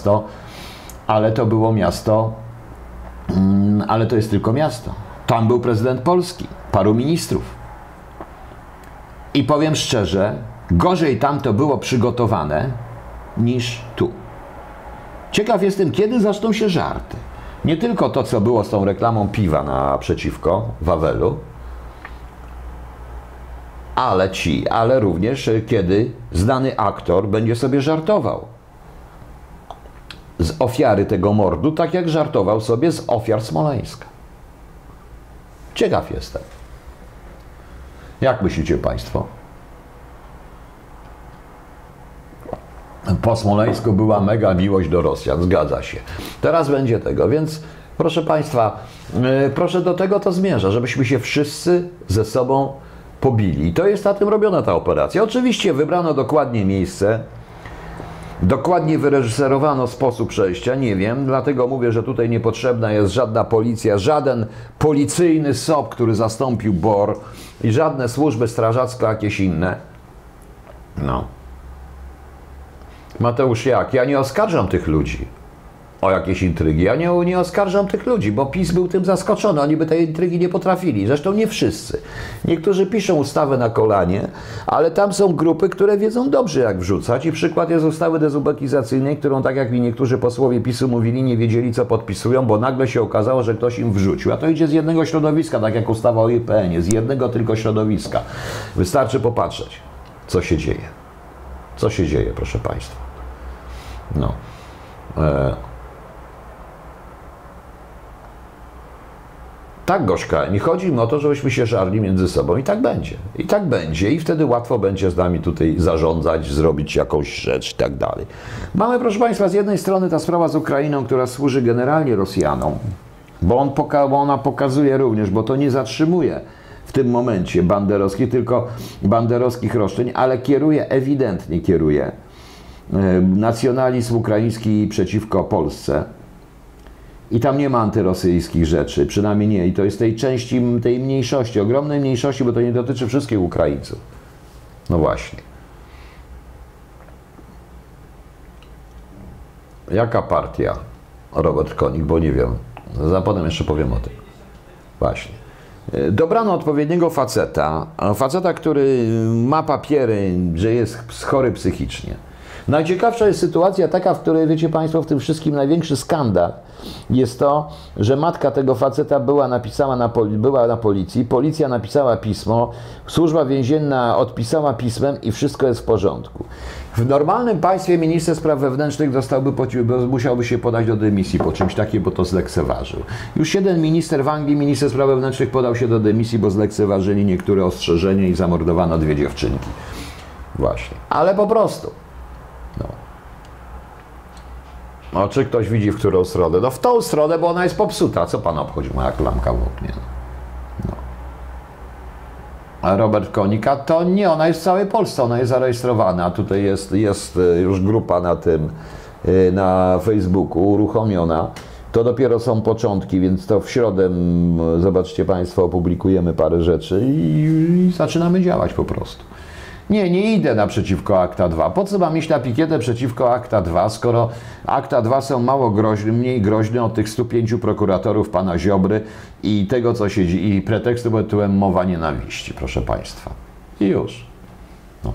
jest tylko miasto. Tam był prezydent Polski, paru ministrów. I powiem szczerze, gorzej tam to było przygotowane niż tu. Ciekaw jestem, kiedy zaczną się żarty. Nie tylko to, co było z tą reklamą piwa naprzeciwko Wawelu, ale również kiedy znany aktor będzie sobie żartował z ofiary tego mordu, tak jak żartował sobie z ofiar Smoleńska. Ciekaw jestem. Jak myślicie Państwo? Po Smoleńsku była mega miłość do Rosjan, zgadza się. Teraz będzie tego, więc proszę Państwa, proszę do tego to zmierza, żebyśmy się wszyscy ze sobą pobili. I to jest na tym robiona ta operacja. Oczywiście wybrano dokładnie miejsce, dokładnie wyreżyserowano sposób przejścia, nie wiem, dlatego mówię, że tutaj niepotrzebna jest żadna policja, żaden policyjny SOP, który zastąpił BOR i żadne służby strażackie jakieś inne. No. Mateusz Jak? Ja nie oskarżam tych ludzi o jakieś intrygi. Ja nie oskarżam tych ludzi, bo PiS był tym zaskoczony. Oni by tej intrygi nie potrafili. Zresztą nie wszyscy. Niektórzy piszą ustawę na kolanie, ale tam są grupy, które wiedzą dobrze, jak wrzucać. I przykład jest ustawy dezubekizacyjnej, którą, tak jak mi niektórzy posłowie PiS-u mówili, nie wiedzieli, co podpisują, bo nagle się okazało, że ktoś im wrzucił. A to idzie z jednego środowiska, tak jak ustawa o IPN-ie, z jednego tylko środowiska. Wystarczy popatrzeć, co się dzieje. Co się dzieje, proszę Państwa. No. Tak, Gośka, nie chodzi mi o to, żebyśmy się żarli między sobą i tak będzie. I tak będzie i wtedy łatwo będzie z nami tutaj zarządzać, zrobić jakąś rzecz i tak dalej. Mamy, proszę Państwa, z jednej strony ta sprawa z Ukrainą, która służy generalnie Rosjanom, bo ona pokazuje również, bo to nie zatrzymuje w tym momencie banderowskich roszczeń, ale ewidentnie kieruje nacjonalizm ukraiński przeciwko Polsce. I tam nie ma antyrosyjskich rzeczy, przynajmniej nie. I to jest tej mniejszości, ogromnej mniejszości, bo to nie dotyczy wszystkich Ukraińców. No właśnie. Jaka partia? Robert Konik, bo nie wiem. Potem jeszcze powiem o tym. Właśnie. Dobrano odpowiedniego faceta, który ma papiery, że jest chory psychicznie. Najciekawsza jest sytuacja taka, w której, wiecie Państwo, w tym wszystkim największy skandal jest to, że matka tego faceta była na policji, policja napisała pismo, służba więzienna odpisała pismem i wszystko jest w porządku. W normalnym państwie minister spraw wewnętrznych musiałby się podać do dymisji po czymś takim, bo to zlekceważył. Już jeden minister w Anglii, minister spraw wewnętrznych, podał się do dymisji, bo zlekceważyli niektóre ostrzeżenia i zamordowano 2 dziewczynki. Właśnie. Ale po prostu. No, czy ktoś widzi, w którą stronę? No w tą stronę, bo ona jest popsuta. Co Pan obchodzi? Moja klamka w oknie. No. A Robert Konika to nie, ona jest w całej Polsce, ona jest zarejestrowana. Tutaj jest już grupa na Facebooku uruchomiona. To dopiero są początki, więc to w środę, zobaczcie Państwo, opublikujemy parę rzeczy i zaczynamy działać po prostu. Nie idę naprzeciwko Akta 2. Po co mam iść na pikietę przeciwko Akta 2, skoro Akta 2 są mniej groźne od tych 105 prokuratorów pana Ziobry i tego, co się dzieje, i pretekstu pod tytułem mowa nienawiści, proszę Państwa. I już. No.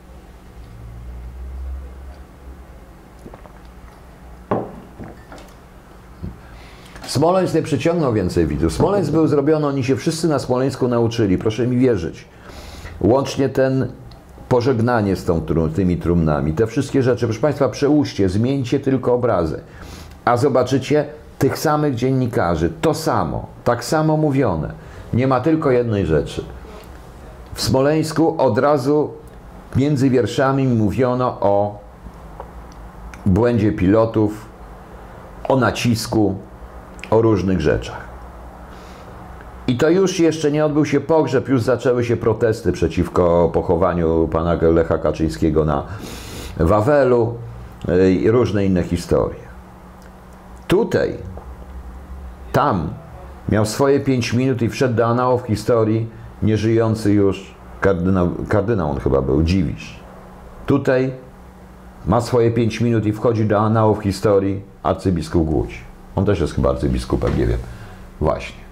Smoleńsk nie przyciągnął więcej widzów. Smoleńsk był zrobiony, oni się wszyscy na Smoleńsku nauczyli, proszę mi wierzyć. Łącznie pożegnanie z tymi trumnami, te wszystkie rzeczy, proszę Państwa, przełóżcie, zmieńcie tylko obrazy, a zobaczycie tych samych dziennikarzy, to samo, tak samo mówione. Nie ma tylko jednej rzeczy. W Smoleńsku od razu między wierszami mówiono o błędzie pilotów, o nacisku, o różnych rzeczach. I to już jeszcze nie odbył się pogrzeb, już zaczęły się protesty przeciwko pochowaniu pana Lecha Kaczyńskiego na Wawelu i różne inne historie. Tutaj, tam miał swoje 5 minut i wszedł do anałów historii nieżyjący już kardynał on chyba był, Dziwisz. Tutaj ma swoje 5 minut i wchodzi do anałów historii arcybiskup Głódź. On też jest chyba arcybiskupem, nie wiem. Właśnie.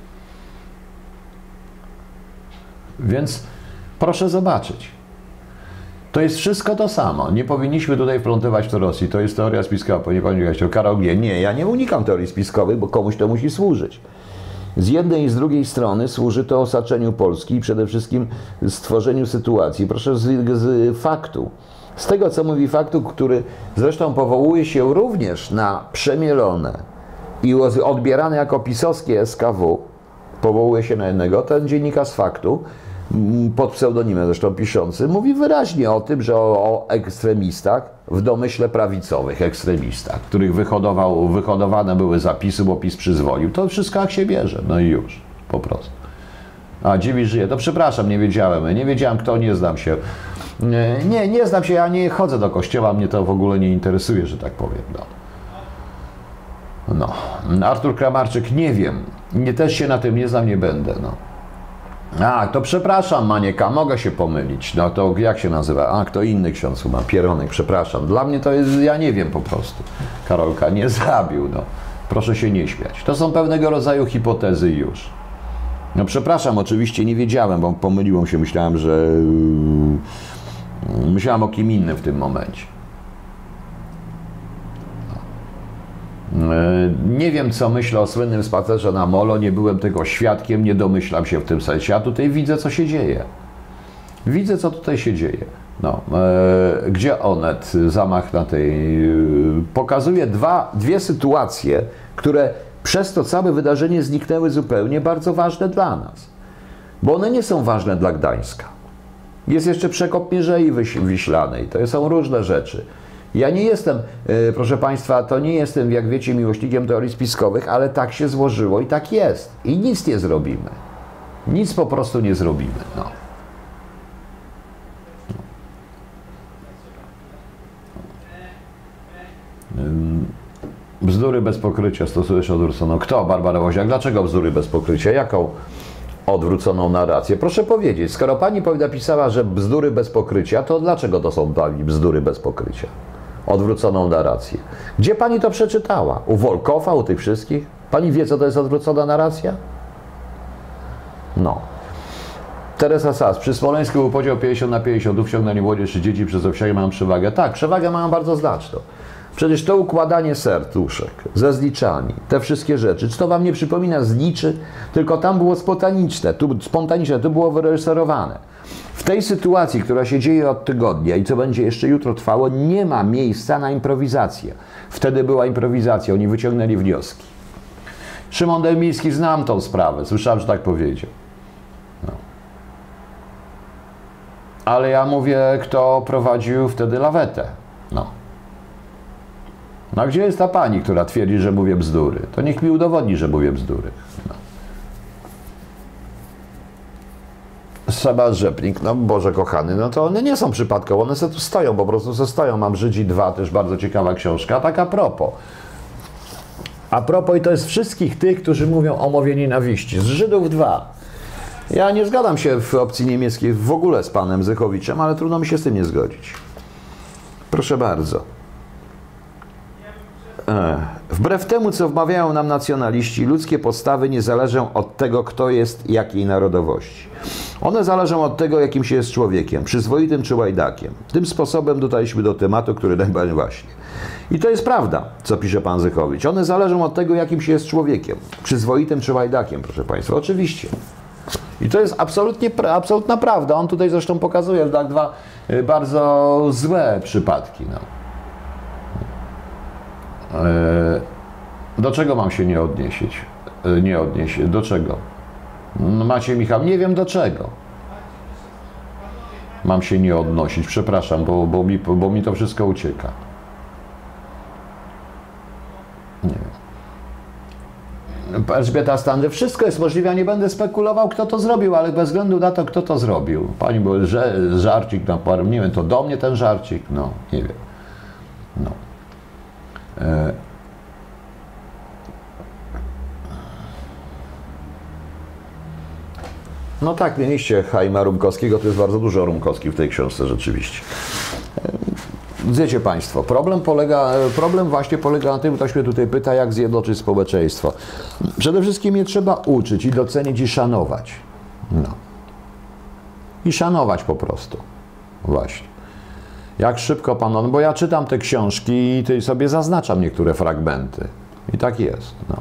Więc proszę zobaczyć. To jest wszystko to samo. Nie powinniśmy tutaj wplątywać w to Rosji. To jest teoria spiskowa. Nie powinien Karol G. Nie, ja nie unikam teorii spiskowej, bo komuś to musi służyć. Z jednej i z drugiej strony służy to osaczeniu Polski i przede wszystkim stworzeniu sytuacji. Proszę z faktu. Z tego, co mówi faktu, który zresztą powołuje się również na przemielone i odbierane jako pisowskie SKW, powołuje się na jednego, ten dziennikarz z faktu, pod pseudonimem zresztą piszący, mówi wyraźnie o tym, że o ekstremistach, w domyśle prawicowych ekstremistach, których wyhodowane były zapisy, bo PiS przyzwolił. To wszystko jak się bierze. No i już, po prostu. A Dziwisz żyje. To przepraszam, nie wiedziałem kto, nie znam się. Nie znam się, ja nie chodzę do kościoła, mnie to w ogóle nie interesuje, że tak powiem. No. Artur Kramarczyk, nie wiem. Też się na tym nie znam, nie będę. No. A, to przepraszam, Manieka, mogę się pomylić. No to jak się nazywa? A, kto inny ksiądz ma? Pieronek, przepraszam. Dla mnie to jest, ja nie wiem po prostu. Karolka nie zabił, no. Proszę się nie śmiać. To są pewnego rodzaju hipotezy już. No przepraszam, oczywiście nie wiedziałem, bo pomyliłem się, myślałem o kim innym w tym momencie. Nie wiem, co myślę o słynnym spacerze na Molo, nie byłem tego świadkiem, nie domyślam się w tym sensie, a tutaj widzę, co się dzieje. Widzę, co tutaj się dzieje. No, gdzie Onet, zamach na tej... Pokazuje dwie sytuacje, które przez to całe wydarzenie zniknęły zupełnie, bardzo ważne dla nas. Bo one nie są ważne dla Gdańska. Jest jeszcze przekop Mierzei Wiślanej, to są różne rzeczy. Ja nie jestem, proszę Państwa, to nie jestem, jak wiecie, miłośnikiem teorii spiskowych, ale tak się złożyło i tak jest. I nic nie zrobimy. Nic po prostu nie zrobimy. No. Bzdury bez pokrycia stosujesz odwróconą. Kto? Barbara Woźniak. Dlaczego bzdury bez pokrycia? Jaką odwróconą narrację? Proszę powiedzieć, skoro pani napisała, że bzdury bez pokrycia, to dlaczego to są pani bzdury bez pokrycia? Odwróconą narrację. Gdzie pani to przeczytała? U Wolkowa, u tych wszystkich? Pani wie, co to jest odwrócona narracja? No. Teresa Sas. Przy Smoleńsku był podział 50/50. Tu wciągnęli młodzież czy dzieci przez owsianie mają przewagę. Tak, przewagę mają bardzo znaczną. Przecież to układanie serduszek ze zliczami, te wszystkie rzeczy, czy to wam nie przypomina zliczy? Tylko tam było spontaniczne, tu było wyreżyserowane. W tej sytuacji, która się dzieje od tygodnia i co będzie jeszcze jutro trwało, nie ma miejsca na improwizację. Wtedy była improwizacja, oni wyciągnęli wnioski. Szymon Dębiński, znam tą sprawę, słyszałem, że tak powiedział. No. Ale ja mówię, kto prowadził wtedy lawetę. No. No a gdzie jest ta pani, która twierdzi, że mówię bzdury? To niech mi udowodni, że mówię bzdury. No. Seba Rzepnik, no Boże kochany, no to one nie są przypadkowe, one sobie tu stoją, po prostu sobie stoją. Mam Żydzi 2, też bardzo ciekawa książka, tak a propos. A propos i to jest wszystkich tych, którzy mówią o mowie nienawiści. Z Żydów 2. Ja nie zgadzam się w opcji niemieckiej w ogóle z panem Zychowiczem, ale trudno mi się z tym nie zgodzić. Proszę bardzo. Wbrew temu, co wmawiają nam nacjonaliści, ludzkie postawy nie zależą od tego, kto jest jakiej narodowości. One zależą od tego, jakim się jest człowiekiem, przyzwoitym czy łajdakiem. Tym sposobem dotarliśmy do tematu, który najbardziej właśnie. I to jest prawda, co pisze pan Zychowicz. One zależą od tego, jakim się jest człowiekiem, przyzwoitym czy łajdakiem, proszę państwa, oczywiście. I to jest absolutna prawda. On tutaj zresztą pokazuje tak dwa bardzo złe przypadki. No. Do czego mam się nie odnieść? Do czego? No Maciej Michał, nie wiem do czego mam się nie odnosić, przepraszam, bo mi to wszystko ucieka. Elżbieta Standy, wszystko jest możliwe, ja nie będę spekulował, kto to zrobił, ale bez względu na to, kto to zrobił. Pani był żarcik na parę, nie wiem, to do mnie ten żarcik, no, nie wiem. No. No tak, mieliście Chaima Rumkowskiego, to jest bardzo dużo Rumkowskich w tej książce rzeczywiście. Wiecie Państwo, problem właśnie polega na tym, ktoś mnie tutaj pyta, jak zjednoczyć społeczeństwo. Przede wszystkim je trzeba uczyć i docenić i szanować. No. I szanować po prostu. Właśnie. Jak szybko Pan, no bo ja czytam te książki i sobie zaznaczam niektóre fragmenty. I tak jest. No.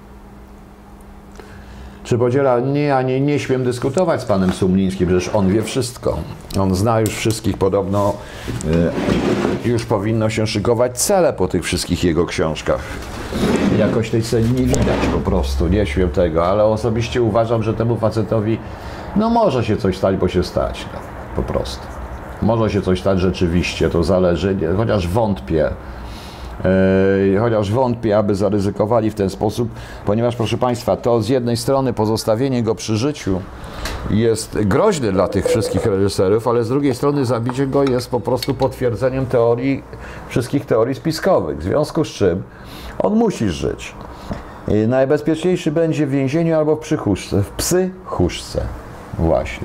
Czy podziela? Nie, ja nie śmiem dyskutować z panem Sumlińskim, przecież on wie wszystko. On zna już wszystkich, podobno już powinno się szykować cele po tych wszystkich jego książkach. Jakoś tej celi nie widać po prostu, nie śmiem tego, ale osobiście uważam, że temu facetowi no może się coś stać, bo się stać, no, po prostu. Może się coś stać rzeczywiście, to zależy, chociaż wątpię, aby zaryzykowali w ten sposób, ponieważ, proszę Państwa, to z jednej strony pozostawienie go przy życiu jest groźne dla tych wszystkich reżyserów, ale z drugiej strony zabicie go jest po prostu potwierdzeniem wszystkich teorii spiskowych, w związku z czym on musi żyć. Najbezpieczniejszy będzie w więzieniu albo w psychuszce. Właśnie.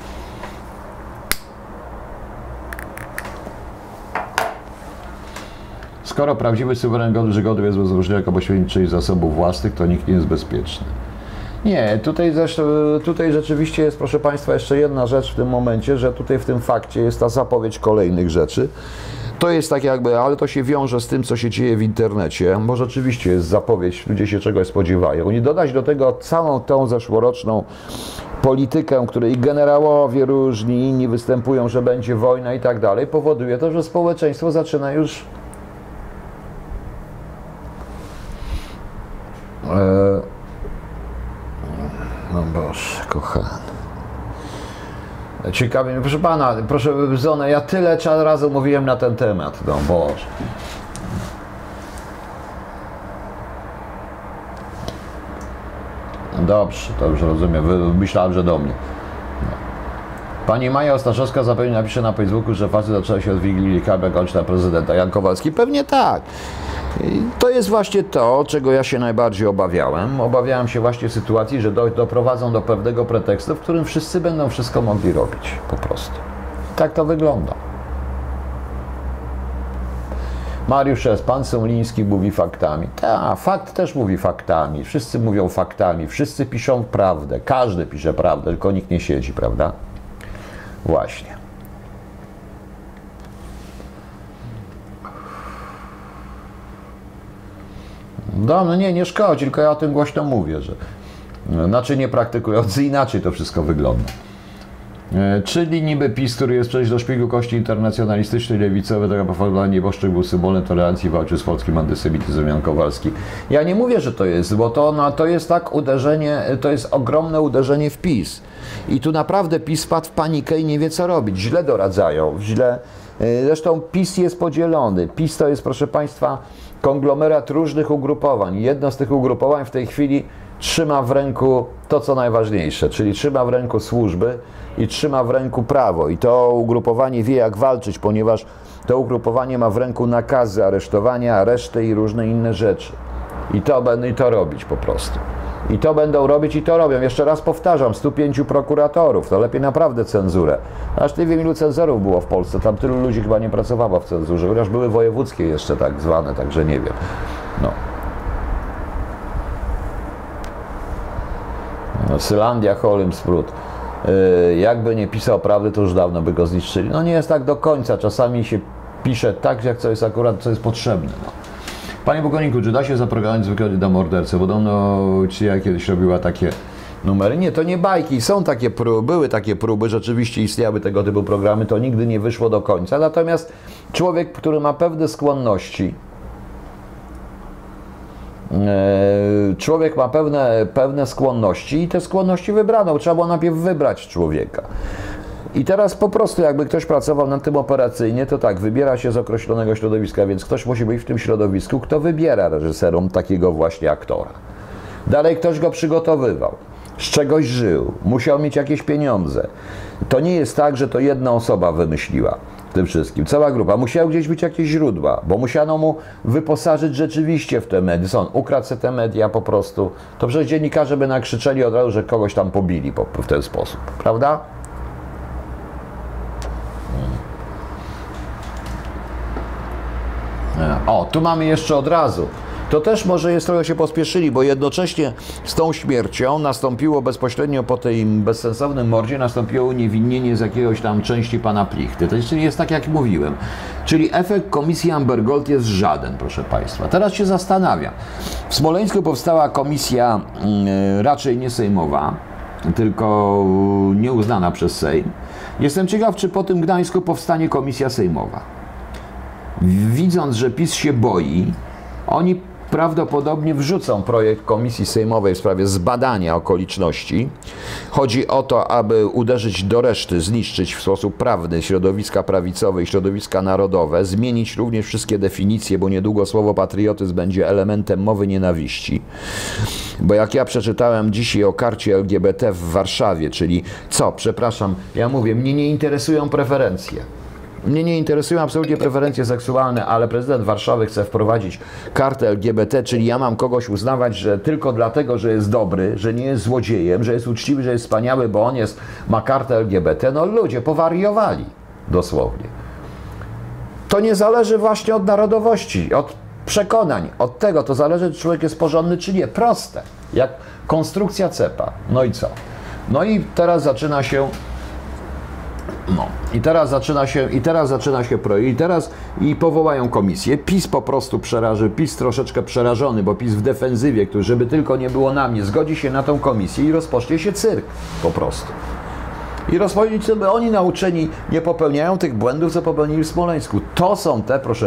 Skoro prawdziwy suweren godny jest bezróżny jako poświęcić część zasobów własnych, to nikt nie jest bezpieczny. Nie, tutaj rzeczywiście jest, proszę Państwa, jeszcze jedna rzecz w tym momencie, że tutaj w tym fakcie jest ta zapowiedź kolejnych rzeczy. To jest tak jakby, ale to się wiąże z tym, co się dzieje w internecie, bo rzeczywiście jest zapowiedź, ludzie się czegoś spodziewają. I dodać do tego całą tą zeszłoroczną politykę, której generałowie różni, inni występują, że będzie wojna i tak dalej, powoduje to, że społeczeństwo zaczyna już no Boże, kochany. Ciekawie, proszę Pana, proszę Zonę, ja tyle razy mówiłem na ten temat, no Boże. Dobrze, to już rozumiem, myślałem, że do mnie. Pani Maja Ostaszewska zapewne napisze na Facebooku, że facet zaczęła się od Wigilii Kabel kończy na prezydenta. Jan Kowalski? Pewnie tak. To jest właśnie to, czego ja się najbardziej obawiałem. Obawiałem się właśnie sytuacji, że doprowadzą do pewnego pretekstu, w którym wszyscy będą wszystko mogli robić. Po prostu. Tak to wygląda. Mariusz S. Pan Sumliński mówi faktami. Tak, fakt też mówi faktami. Wszyscy mówią faktami. Wszyscy piszą prawdę. Każdy pisze prawdę, tylko nikt nie siedzi, prawda? Właśnie. No nie szkodzi, tylko ja o tym głośno mówię, że znaczy nie praktykujący inaczej to wszystko wygląda. Czyli niby PiS, który jest przecież do szpiegu kości internacjonalistycznej, lewicowy, tego powodowania nieboszczyk był symbolem tolerancji, walczył z polskim antysemityzmem Jan Kowalski. Ja nie mówię, że to jest, bo to jest tak uderzenie, to jest ogromne uderzenie w PiS. I tu naprawdę PiS wpadł w panikę i nie wie co robić. Źle doradzają, źle. Zresztą PiS jest podzielony. PiS to jest, proszę Państwa, konglomerat różnych ugrupowań. Jedno z tych ugrupowań w tej chwili trzyma w ręku to, co najważniejsze, czyli trzyma w ręku służby i trzyma w ręku prawo. I to ugrupowanie wie, jak walczyć, ponieważ to ugrupowanie ma w ręku nakazy aresztowania, areszty i różne inne rzeczy. I to robić po prostu. I to będą robić i to robią. Jeszcze raz powtarzam, 105 prokuratorów, to lepiej naprawdę cenzurę. Aż nie wiem, ilu cenzorów było w Polsce, tam tylu ludzi chyba nie pracowało w cenzurze, chociaż były wojewódzkie jeszcze tak zwane, także nie wiem. No. Sylandia, Holym, Sprut. Jakby nie pisał prawdy, to już dawno by go zniszczyli. No nie jest tak do końca, czasami się pisze tak, jak co jest akurat, co jest potrzebne. No. Panie Bogoniku, czy da się zaprogramować zwykle do mordercy? Podobno ja kiedyś robiła takie numery. Nie, to nie bajki, są takie próby, były takie próby, rzeczywiście istniały tego typu programy, to nigdy nie wyszło do końca. Natomiast człowiek, który ma pewne skłonności, pewne skłonności i te skłonności wybrano. Trzeba było najpierw wybrać człowieka. I teraz po prostu jakby ktoś pracował nad tym operacyjnie, to tak, wybiera się z określonego środowiska, więc ktoś musi być w tym środowisku, kto wybiera reżyserom takiego właśnie aktora. Dalej ktoś go przygotowywał, z czegoś żył, musiał mieć jakieś pieniądze. To nie jest tak, że to jedna osoba wymyśliła w tym wszystkim. Cała grupa. Musiały gdzieś być jakieś źródła, bo musiano mu wyposażyć rzeczywiście w te media. On ukradł sobie te media po prostu. To przecież dziennikarze by nakrzyczeli od razu, że kogoś tam pobili w ten sposób. Prawda? O, tu mamy jeszcze od razu. To też może jest trochę się pospieszyli, bo jednocześnie z tą śmiercią nastąpiło bezpośrednio po tej bezsensownym mordzie nastąpiło uniewinnienie z jakiegoś tam części pana Plichty. To jest tak, jak mówiłem. Czyli efekt komisji Amber Gold jest żaden, proszę państwa. Teraz się zastanawiam. W Smoleńsku powstała komisja raczej nie sejmowa, tylko nieuznana przez Sejm. Jestem ciekaw, czy po tym Gdańsku powstanie komisja sejmowa. Widząc, że PiS się boi, oni prawdopodobnie wrzucą projekt komisji sejmowej w sprawie zbadania okoliczności. Chodzi o to, aby uderzyć do reszty, zniszczyć w sposób prawny środowiska prawicowe i środowiska narodowe, zmienić również wszystkie definicje, bo niedługo słowo patriotyzm będzie elementem mowy nienawiści. Bo jak ja przeczytałem dzisiaj o karcie LGBT w Warszawie, czyli co, przepraszam, ja mówię, mnie nie interesują preferencje. Mnie nie interesują absolutnie preferencje seksualne, ale prezydent Warszawy chce wprowadzić kartę LGBT, czyli ja mam kogoś uznawać, że tylko dlatego, że jest dobry, że nie jest złodziejem, że jest uczciwy, że jest wspaniały, bo on ma kartę LGBT. No ludzie powariowali dosłownie. To nie zależy właśnie od narodowości, od przekonań, od tego. To zależy, czy człowiek jest porządny, czy nie. Proste. Jak konstrukcja cepa. No i co? No i teraz zaczyna się... No. I teraz zaczyna się projekt i powołają komisję. PiS po prostu PiS troszeczkę przerażony, bo PiS w defensywie, żeby tylko nie było na mnie, zgodzi się na tą komisję i rozpocznie się cyrk po prostu. I żeby oni nauczeni nie popełniają tych błędów, co popełnili w Smoleńsku. To są proszę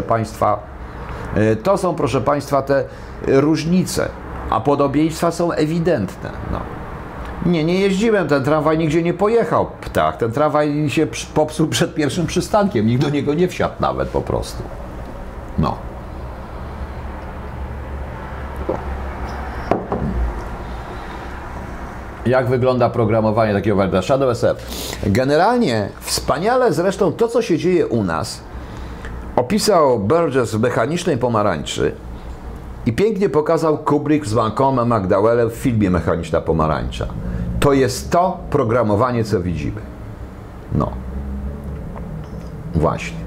Państwa, te różnice, a podobieństwa są ewidentne. No. Nie jeździłem, ten tramwaj nigdzie nie pojechał. Tak, ten tramwaj się popsuł przed pierwszym przystankiem, nikt do niego nie wsiadł nawet po prostu. No. Jak wygląda programowanie takiego warta? Shadow SF. Generalnie wspaniale zresztą to, co się dzieje u nas, opisał Burgess w Mechanicznej Pomarańczy i pięknie pokazał Kubrick z Malcolmem McDowellem w filmie Mechaniczna Pomarańcza. To jest to programowanie, co widzimy. No. Właśnie.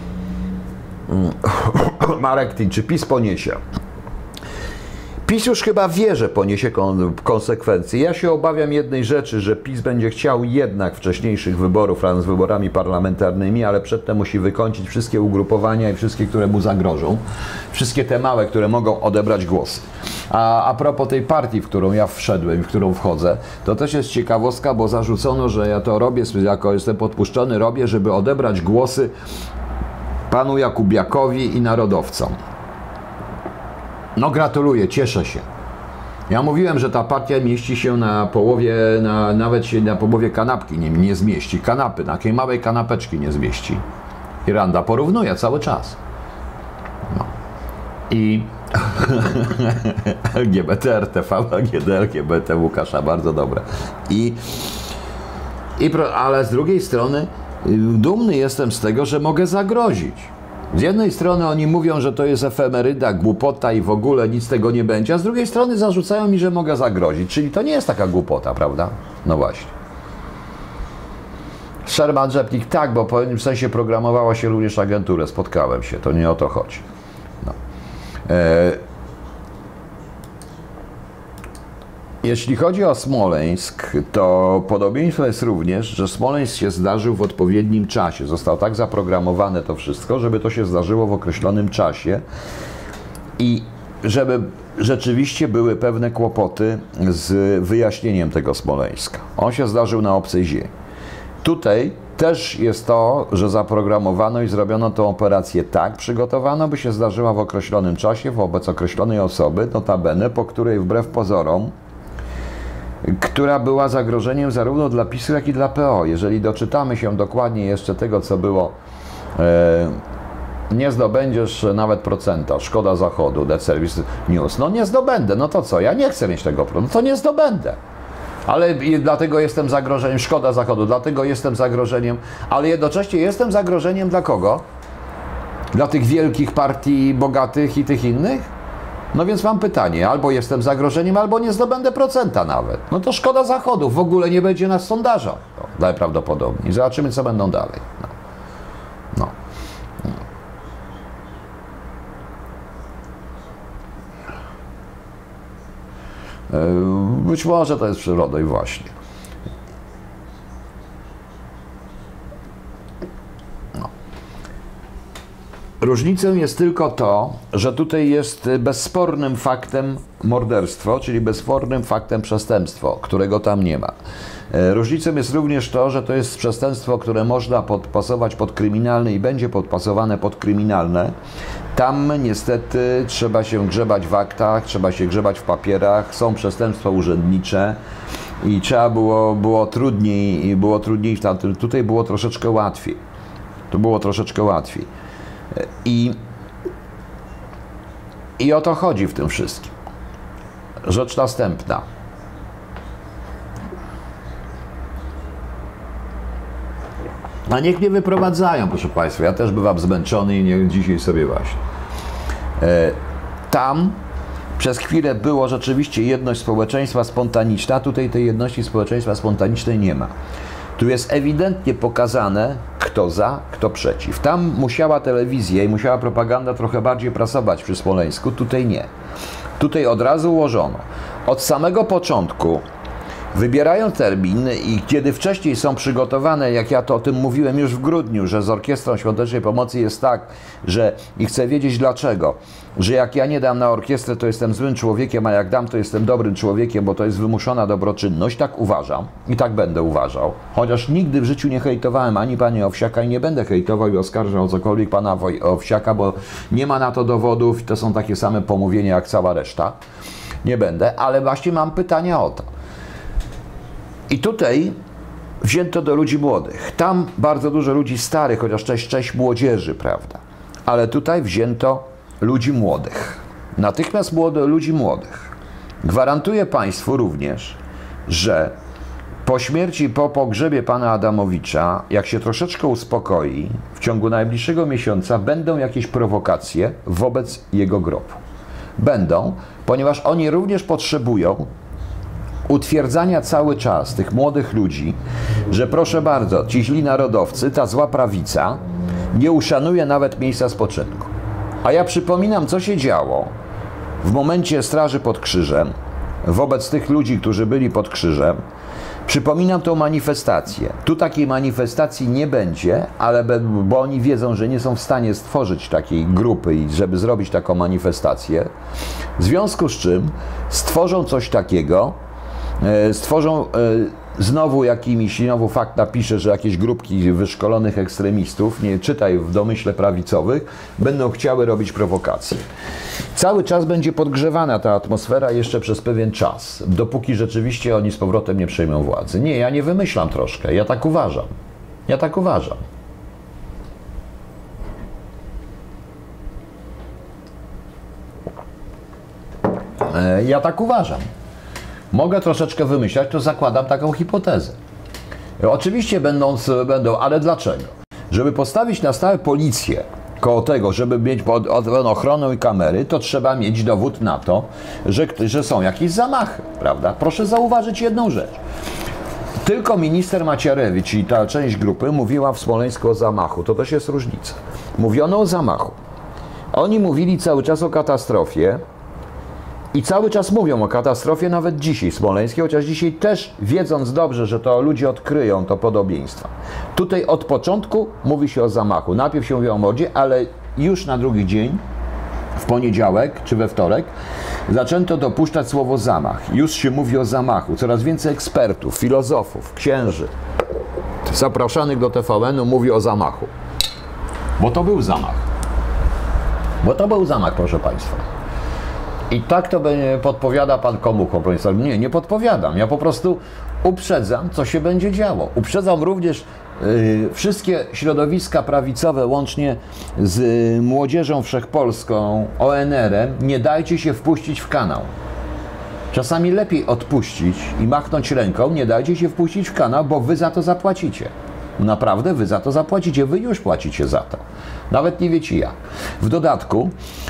Marek Tin, czy PiS poniesie? PiS już chyba wie, że poniesie konsekwencje. Ja się obawiam jednej rzeczy, że PiS będzie chciał jednak wcześniejszych wyborów razem z wyborami parlamentarnymi, ale przedtem musi wykończyć wszystkie ugrupowania i wszystkie, które mu zagrożą. Wszystkie te małe, które mogą odebrać głosy. A propos tej partii, w którą ja wszedłem, w którą wchodzę, to też jest ciekawostka, bo zarzucono, że ja to robię, jako jestem podpuszczony, robię, żeby odebrać głosy panu Jakubiakowi i narodowcom. No gratuluję, cieszę się. Ja mówiłem, że ta partia mieści się na połowie, nawet się na połowie kanapki nie zmieści. Kanapy, takiej małej kanapeczki nie zmieści. I Randa porównuje cały czas. No. I LGBT, RTV, AGD, LGBT Łukasza, bardzo dobre. Ale z drugiej strony dumny jestem z tego, że mogę zagrozić. Z jednej strony oni mówią, że to jest efemeryda, głupota i w ogóle nic z tego nie będzie, a z drugiej strony zarzucają mi, że mogę zagrozić. Czyli to nie jest taka głupota, prawda? No właśnie. Sherman Rzepnik, tak, bo w pewnym sensie programowała się również agenturę, spotkałem się, to nie o to chodzi. No. Jeśli chodzi o Smoleńsk, to podobieństwo jest również, że Smoleńsk się zdarzył w odpowiednim czasie. Zostało tak zaprogramowane to wszystko, żeby to się zdarzyło w określonym czasie i żeby rzeczywiście były pewne kłopoty z wyjaśnieniem tego Smoleńska. On się zdarzył na obcej ziemi. Tutaj też jest to, że zaprogramowano i zrobiono tę operację tak, przygotowano, by się zdarzyła w określonym czasie wobec określonej osoby, notabene, po której wbrew pozorom, która była zagrożeniem zarówno dla PiS-u, jak i dla PO. Jeżeli doczytamy się dokładnie jeszcze tego, co było nie zdobędziesz nawet procenta, szkoda Zachodu, Debt Service News. No nie zdobędę, no to co, ja nie chcę mieć tego problemu, to nie zdobędę. Ale dlatego jestem zagrożeniem, szkoda Zachodu, dlatego jestem zagrożeniem, ale jednocześnie jestem zagrożeniem dla kogo? Dla tych wielkich partii bogatych i tych innych? No więc mam pytanie, albo jestem zagrożeniem, albo nie zdobędę procenta nawet. No to szkoda Zachodu, w ogóle nie będzie nas w sondażach, no, najprawdopodobniej. Zobaczymy, co będą dalej. No. Być może to jest przyroda i właśnie. No. Różnicą jest tylko to, że tutaj jest bezspornym faktem morderstwo, czyli bezspornym faktem przestępstwo, którego tam nie ma. Różnicą jest również to, że to jest przestępstwo, które można podpasować pod kryminalne i będzie podpasowane pod kryminalne. Tam niestety trzeba się grzebać w aktach, trzeba się grzebać w papierach, są przestępstwa urzędnicze i trzeba było trudniej w tamtym, tutaj było troszeczkę łatwiej. Tu było troszeczkę łatwiej. I o to chodzi w tym wszystkim. Rzecz następna. A niech mnie wyprowadzają, proszę Państwa. Ja też bywam zmęczony i niech dzisiaj sobie właśnie. Tam przez chwilę było rzeczywiście jedność społeczeństwa spontaniczna. Tutaj tej jedności społeczeństwa spontanicznej nie ma. Tu jest ewidentnie pokazane, kto za, kto przeciw. Tam musiała telewizja i musiała propaganda trochę bardziej prasować przy Smoleńsku. Tutaj nie. Tutaj od razu ułożono. Od samego początku wybierają termin i kiedy wcześniej są przygotowane, jak ja to o tym mówiłem już w grudniu, że z Orkiestrą Świątecznej Pomocy jest tak, że i chcę wiedzieć dlaczego, że jak ja nie dam na orkiestrę, to jestem złym człowiekiem, a jak dam, to jestem dobrym człowiekiem, bo to jest wymuszona dobroczynność. Tak uważam i tak będę uważał. Chociaż nigdy w życiu nie hejtowałem ani pani Owsiaka i nie będę hejtował i oskarżał o cokolwiek pana Owsiaka, bo nie ma na to dowodów i to są takie same pomówienia jak cała reszta. Nie będę, ale właśnie mam pytania o to. I tutaj wzięto do ludzi młodych. Tam bardzo dużo ludzi starych, chociaż część młodzieży, prawda? Ale tutaj wzięto ludzi młodych. Natychmiast ludzi młodych. Gwarantuję Państwu również, że po śmierci, po pogrzebie pana Adamowicza, jak się troszeczkę uspokoi, w ciągu najbliższego miesiąca będą jakieś prowokacje wobec jego grobu. Będą, ponieważ oni również potrzebują utwierdzania cały czas tych młodych ludzi, że proszę bardzo, ci źli narodowcy, ta zła prawica nie uszanuje nawet miejsca spoczynku. A ja przypominam, co się działo w momencie straży pod krzyżem wobec tych ludzi, którzy byli pod krzyżem. Przypominam tą manifestację. Tu takiej manifestacji nie będzie, ale bo oni wiedzą, że nie są w stanie stworzyć takiej grupy i żeby zrobić taką manifestację. W związku z czym stworzą coś takiego, znowu fakt napisze, że jakieś grupki wyszkolonych ekstremistów, nie czytaj w domyśle prawicowych, będą chciały robić prowokacje. Cały czas będzie podgrzewana ta atmosfera jeszcze przez pewien czas, dopóki rzeczywiście oni z powrotem nie przejmą władzy. Nie, ja nie wymyślam troszkę, ja tak uważam. Ja tak uważam. Ja tak uważam. Mogę troszeczkę wymyślać, to zakładam taką hipotezę. Oczywiście będą, ale dlaczego? Żeby postawić na stałe policję koło tego, żeby mieć pod ochroną i kamery, to trzeba mieć dowód na to, że są jakieś zamachy, prawda? Proszę zauważyć jedną rzecz. Tylko minister Macierewicz i ta część grupy mówiła w Smoleńsku o zamachu. To też jest różnica. Mówiono o zamachu. Oni mówili cały czas o katastrofie. I cały czas mówią o katastrofie, nawet dzisiaj smoleńskiej, chociaż dzisiaj też, wiedząc dobrze, że to ludzie odkryją to podobieństwa. Tutaj od początku mówi się o zamachu. Najpierw się mówi o mordzie, ale już na drugi dzień, w poniedziałek czy we wtorek, zaczęto dopuszczać słowo zamach. Już się mówi o zamachu. Coraz więcej ekspertów, filozofów, księży zapraszanych do TVN-u mówi o zamachu. Bo to był zamach. Bo to był zamach, proszę Państwa. I tak to podpowiada pan Komucho, profesor. Nie podpowiadam. Ja po prostu uprzedzam, co się będzie działo. Uprzedzam również wszystkie środowiska prawicowe, łącznie z Młodzieżą Wszechpolską, ONR-em, nie dajcie się wpuścić w kanał. Czasami lepiej odpuścić i machnąć ręką, nie dajcie się wpuścić w kanał, bo wy za to zapłacicie. Naprawdę wy za to zapłacicie, wy już płacicie za to. Nawet nie wiecie jak. W dodatku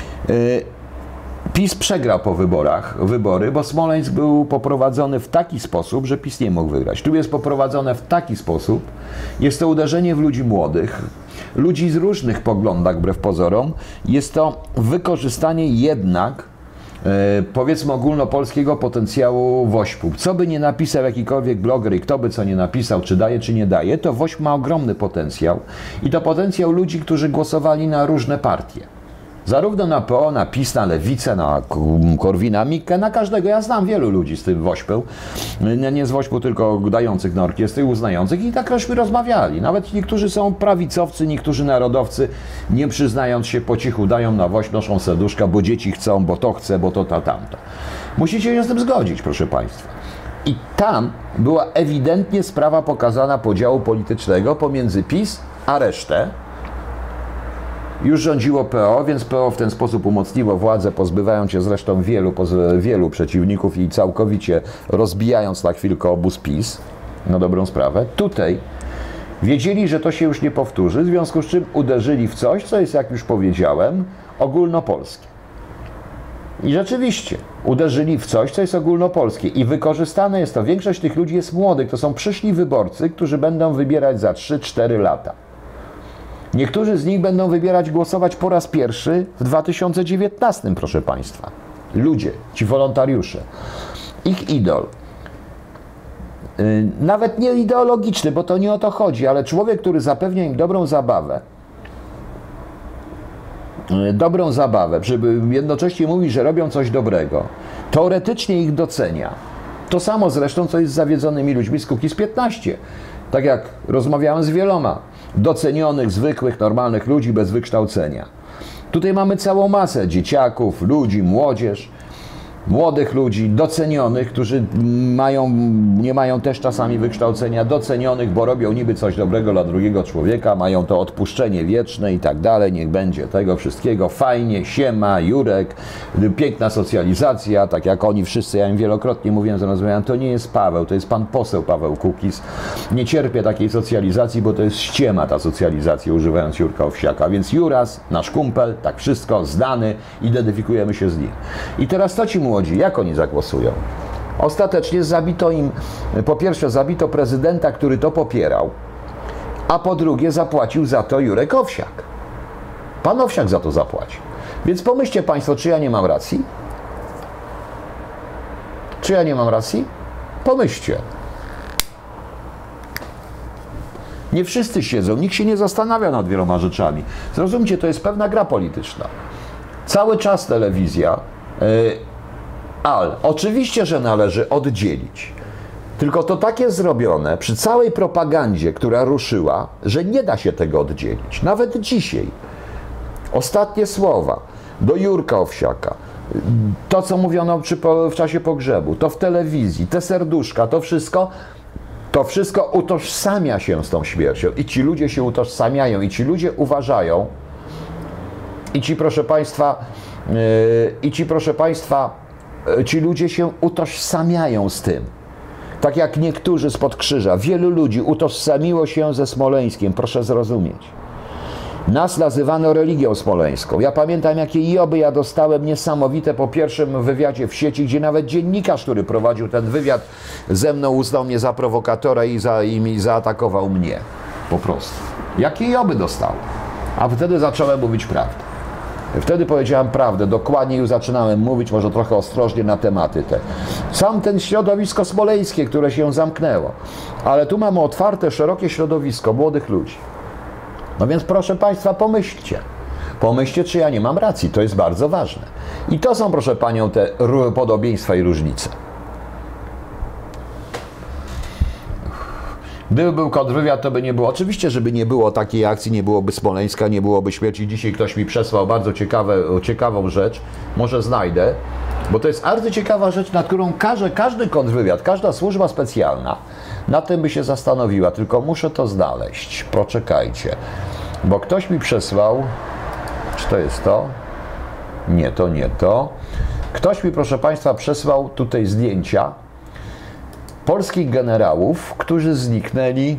PiS przegrał po wybory, bo Smoleńsk był poprowadzony w taki sposób, że PiS nie mógł wygrać. Tu jest poprowadzone w taki sposób, jest to uderzenie w ludzi młodych, ludzi z różnych poglądach, wbrew pozorom. Jest to wykorzystanie jednak, powiedzmy, ogólnopolskiego potencjału WOŚP-u. Co by nie napisał jakikolwiek bloger i kto by co nie napisał, czy daje, czy nie daje, to WOŚP ma ogromny potencjał. I to potencjał ludzi, którzy głosowali na różne partie. Zarówno na PO, na PiS, na Lewicę, na Korwina-Mikke, na każdego. Ja znam wielu ludzi z tym WOŚP-u. Nie z WOŚP-u, tylko dających na orkiestry, uznających i tak żeśmy rozmawiali. Nawet niektórzy są prawicowcy, niektórzy narodowcy, nie przyznając się po cichu, dają na WOŚP, noszą serduszka, bo dzieci chcą, bo to chce, bo to, tamto. Musicie się z tym zgodzić, proszę Państwa. I tam była ewidentnie sprawa pokazana podziału politycznego pomiędzy PiS a resztę. Już rządziło PO, więc PO w ten sposób umocniło władzę, pozbywając się zresztą wielu przeciwników i całkowicie rozbijając na chwilkę obóz PiS, na dobrą sprawę. Tutaj wiedzieli, że to się już nie powtórzy, w związku z czym uderzyli w coś, co jest, jak już powiedziałem, ogólnopolskie. I rzeczywiście uderzyli w coś, co jest ogólnopolskie i wykorzystane jest to. Większość tych ludzi jest młodych, to są przyszli wyborcy, którzy będą wybierać za 3-4 lata. Niektórzy z nich będą głosować po raz pierwszy w 2019, proszę Państwa. Ludzie, ci wolontariusze. Ich idol. Nawet nie ideologiczny, bo to nie o to chodzi, ale człowiek, który zapewnia im dobrą zabawę, żeby jednocześnie mówić, że robią coś dobrego, teoretycznie ich docenia. To samo zresztą, co jest z zawiedzonymi ludźmi z Kukiz15. Tak jak rozmawiałem z wieloma docenionych, zwykłych, normalnych ludzi bez wykształcenia. Tutaj mamy całą masę dzieciaków, ludzi, młodych ludzi, docenionych, którzy nie mają też czasami wykształcenia, docenionych, bo robią niby coś dobrego dla drugiego człowieka, mają to odpuszczenie wieczne i tak dalej, niech będzie tego wszystkiego, fajnie, siema, Jurek, piękna socjalizacja, tak jak oni wszyscy, ja im wielokrotnie mówiłem, że rozmawiałem, to nie jest Paweł, to jest pan poseł Paweł Kukiz, nie cierpię takiej socjalizacji, bo to jest ściema ta socjalizacja, używając Jurka Owsiaka, więc Juras, nasz kumpel, tak wszystko, znany, identyfikujemy się z nim. I teraz to ci młodzi, jak oni zagłosują? Ostatecznie zabito im, po pierwsze zabito prezydenta, który to popierał, a po drugie zapłacił za to Jurek Owsiak. Pan Owsiak za to zapłacił. Więc pomyślcie Państwo, czy ja nie mam racji? Czy ja nie mam racji? Pomyślcie. Nie wszyscy siedzą, nikt się nie zastanawia nad wieloma rzeczami. Zrozumcie, to jest pewna gra polityczna. Cały czas telewizja, ale oczywiście, że należy oddzielić. Tylko to tak jest zrobione przy całej propagandzie, która ruszyła, że nie da się tego oddzielić. Nawet dzisiaj. Ostatnie słowa do Jurka Owsiaka, to co mówiono w czasie pogrzebu, to w telewizji, te serduszka, to wszystko utożsamia się z tą śmiercią. I ci ludzie się utożsamiają, i ci ludzie uważają, ci ludzie się utożsamiają z tym. Tak jak niektórzy spod krzyża, wielu ludzi utożsamiło się ze Smoleńskiem, proszę zrozumieć. Nas nazywano religią smoleńską. Ja pamiętam, jakie joby ja dostałem niesamowite po pierwszym wywiadzie w sieci, gdzie nawet dziennikarz, który prowadził ten wywiad, ze mną uznał mnie za prowokatora i zaatakował mnie. Po prostu. Jakie joby dostałem. A wtedy zacząłem mówić prawdę. Wtedy powiedziałem prawdę, dokładnie już zaczynałem mówić, może trochę ostrożnie na tematy te. Sam ten środowisko smoleńskie, które się zamknęło. Ale tu mamy otwarte, szerokie środowisko młodych ludzi. No więc proszę Państwa, pomyślcie. Pomyślcie, czy ja nie mam racji. To jest bardzo ważne. I to są, proszę Panią, te podobieństwa i różnice. Gdyby był kontrwywiad, to by nie było. Oczywiście, żeby nie było takiej akcji, nie byłoby Smoleńska, nie byłoby śmierci. Dzisiaj ktoś mi przesłał bardzo ciekawą rzecz. Może znajdę. Bo to jest arcyciekawa rzecz, nad którą każdy kontrwywiad, każda służba specjalna na tym by się zastanowiła, tylko muszę to znaleźć. Poczekajcie, bo ktoś mi przesłał, czy to jest to? Nie, to nie to. Ktoś mi, proszę Państwa, przesłał tutaj zdjęcia polskich generałów, którzy zniknęli.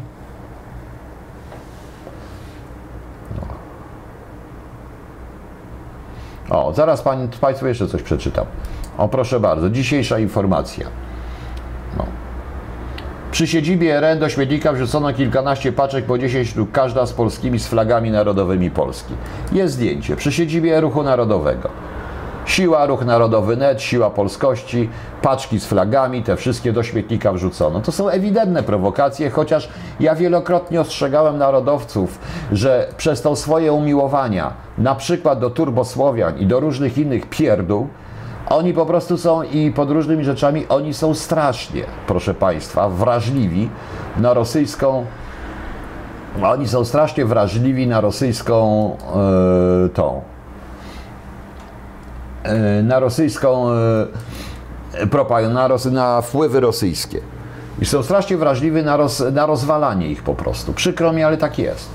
O, zaraz Państwu jeszcze coś przeczytam. O, proszę bardzo, dzisiejsza informacja. No. Przy siedzibie RN do śmietnika wrzucono kilkanaście paczek po 10 sztuk, każda z polskimi, z flagami narodowymi Polski. Jest zdjęcie. Przy siedzibie Ruchu Narodowego. Siła, Ruch Narodowy Net, Siła Polskości, paczki z flagami, te wszystkie do śmietnika wrzucono. To są ewidentne prowokacje, chociaż ja wielokrotnie ostrzegałem narodowców, że przez to swoje umiłowania, na przykład do turbosłowian i do różnych innych pierdół, oni po prostu są i pod różnymi rzeczami, oni są strasznie, proszę Państwa, wrażliwi na rosyjską, oni są strasznie wrażliwi na rosyjską na rosyjską propagandę, na wpływy rosyjskie. I są strasznie wrażliwi na rozwalanie ich po prostu. Przykro mi, ale tak jest.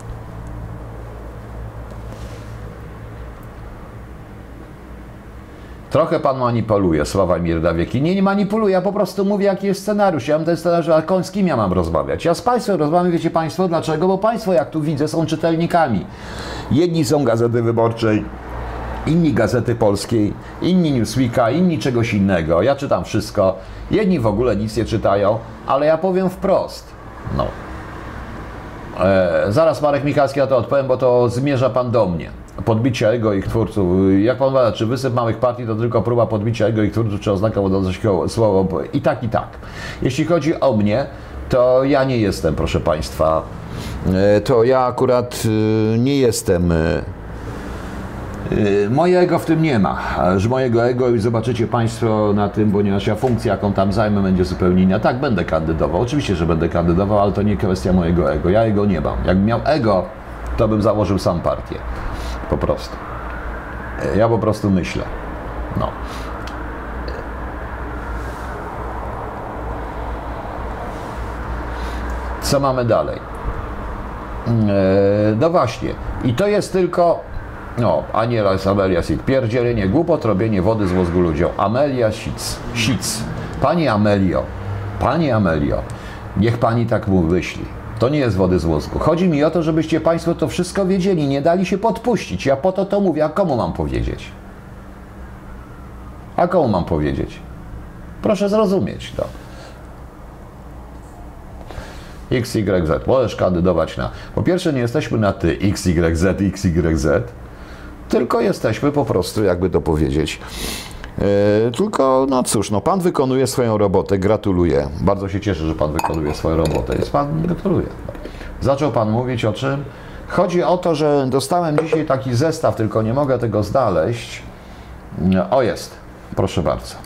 Trochę pan manipuluje, Sławomir Dawieki. Nie manipuluję, ja po prostu mówię, jaki jest scenariusz. Ja mam ten scenariusz, ale z kim ja mam rozmawiać? Ja z Państwem rozmawiam, wiecie Państwo, dlaczego? Bo Państwo, jak tu widzę, są czytelnikami. Jedni są Gazety Wyborczej, inni Gazety Polskiej, inni Newsweeka, inni czegoś innego. Ja czytam wszystko. Jedni w ogóle nic nie czytają, ale ja powiem wprost. No. Zaraz Marek Michalski na to odpowiem, bo to zmierza pan do mnie. Podbicie ego ich twórców. Jak pan uważa, czy wysyp małych partii to tylko próba podbicia ego ich twórców, czy oznaka łudzącego słowo? I tak, i tak. Jeśli chodzi o mnie, to ja nie jestem, proszę państwa, to ja akurat nie jestem. Mojego w tym nie ma, że mojego ego już zobaczycie Państwo na tym, ponieważ ja funkcję, jaką tam zajmę, będzie zupełnie inna. Tak, będę kandydował, oczywiście, że będę kandydował, ale to nie kwestia mojego ego. Ja ego nie mam. Jakbym miał ego, to bym założył sam partię. Po prostu. Ja po prostu myślę. No. Co mamy dalej? No właśnie. I to jest tylko... No, Aniela z Amelia Sic. Pierdzielenie, głupot, robienie wody z mózgu ludziom. Amelia Sic. Pani Amelio, niech pani tak mu wyśli. To nie jest wody z mózgu. Chodzi mi o to, żebyście Państwo to wszystko wiedzieli, nie dali się podpuścić. Ja po to mówię, a komu mam powiedzieć? A komu mam powiedzieć? Proszę zrozumieć to. XYZ. Możesz kandydować na... Po pierwsze, nie jesteśmy na ty XYZ, tylko jesteśmy po prostu, jakby to powiedzieć. Tylko, no cóż, no pan wykonuje swoją robotę, gratuluję. Bardzo się cieszę, że pan wykonuje swoją robotę. Jest pan, gratuluję. Zaczął pan mówić o czym? Chodzi o to, że dostałem dzisiaj taki zestaw, tylko nie mogę tego znaleźć. O, jest. Proszę bardzo.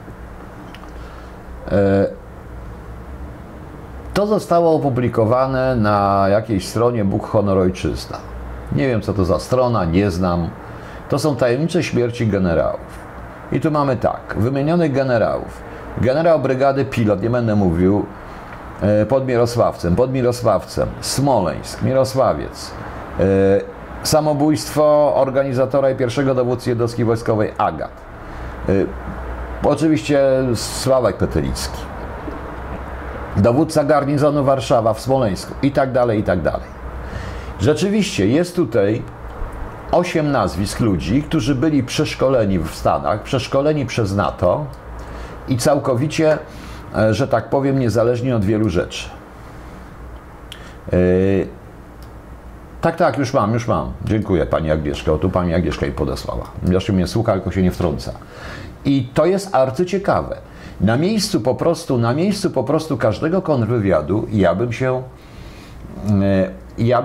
To zostało opublikowane na jakiejś stronie Bóg, Honor, Ojczyzna. Nie wiem, co to za strona, nie znam. To są tajemnicze śmierci generałów. I tu mamy tak, wymienionych generałów. Generał brygady pilot, nie będę mówił, pod Mirosławcem, Smoleńsk, Mirosławiec. Samobójstwo organizatora i pierwszego dowódcy jednostki wojskowej Agat. Oczywiście Sławek Petelicki. Dowódca garnizonu Warszawa w Smoleńsku i tak dalej, i tak dalej. Rzeczywiście jest tutaj 8 nazwisk ludzi, którzy byli przeszkoleni w Stanach, przeszkoleni przez NATO i całkowicie, że tak powiem, niezależni od wielu rzeczy. Tak, już mam. Dziękuję pani Agnieszka. O, tu pani Agnieszka jej podesłała. Zresztą mnie słucha, tylko się nie wtrąca. I to jest arcyciekawe. Na miejscu po prostu każdego kontrwywiadu ja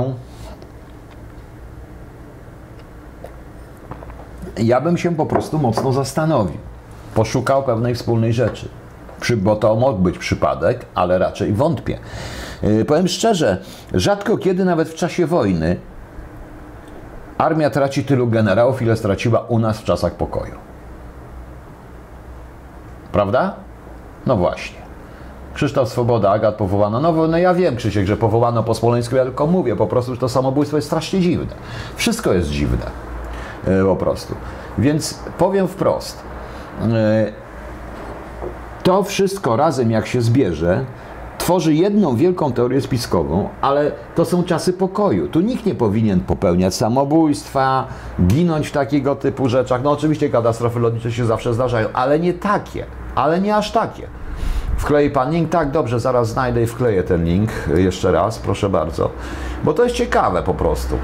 bym się po prostu mocno zastanowił. Poszukał pewnej wspólnej rzeczy. Bo to mógł być przypadek, ale raczej wątpię. Powiem szczerze, rzadko kiedy nawet w czasie wojny armia traci tylu generałów, ile straciła u nas w czasach pokoju. prawda? No właśnie. Krzysztof Swoboda, Agat powołano. No ja wiem, Krzysiek, że powołano po smoleńsku, ja tylko mówię po prostu, że to samobójstwo jest strasznie dziwne. Wszystko jest dziwne. Po prostu. Więc powiem wprost. To wszystko razem, jak się zbierze, tworzy jedną wielką teorię spiskową, ale to są czasy pokoju. Tu nikt nie powinien popełniać samobójstwa, ginąć w takiego typu rzeczach. No oczywiście katastrofy lotnicze się zawsze zdarzają, ale nie takie, ale nie aż takie. Wklei pan link? Tak, dobrze, zaraz znajdę i wkleję ten link jeszcze raz, proszę bardzo, bo to jest ciekawe po prostu.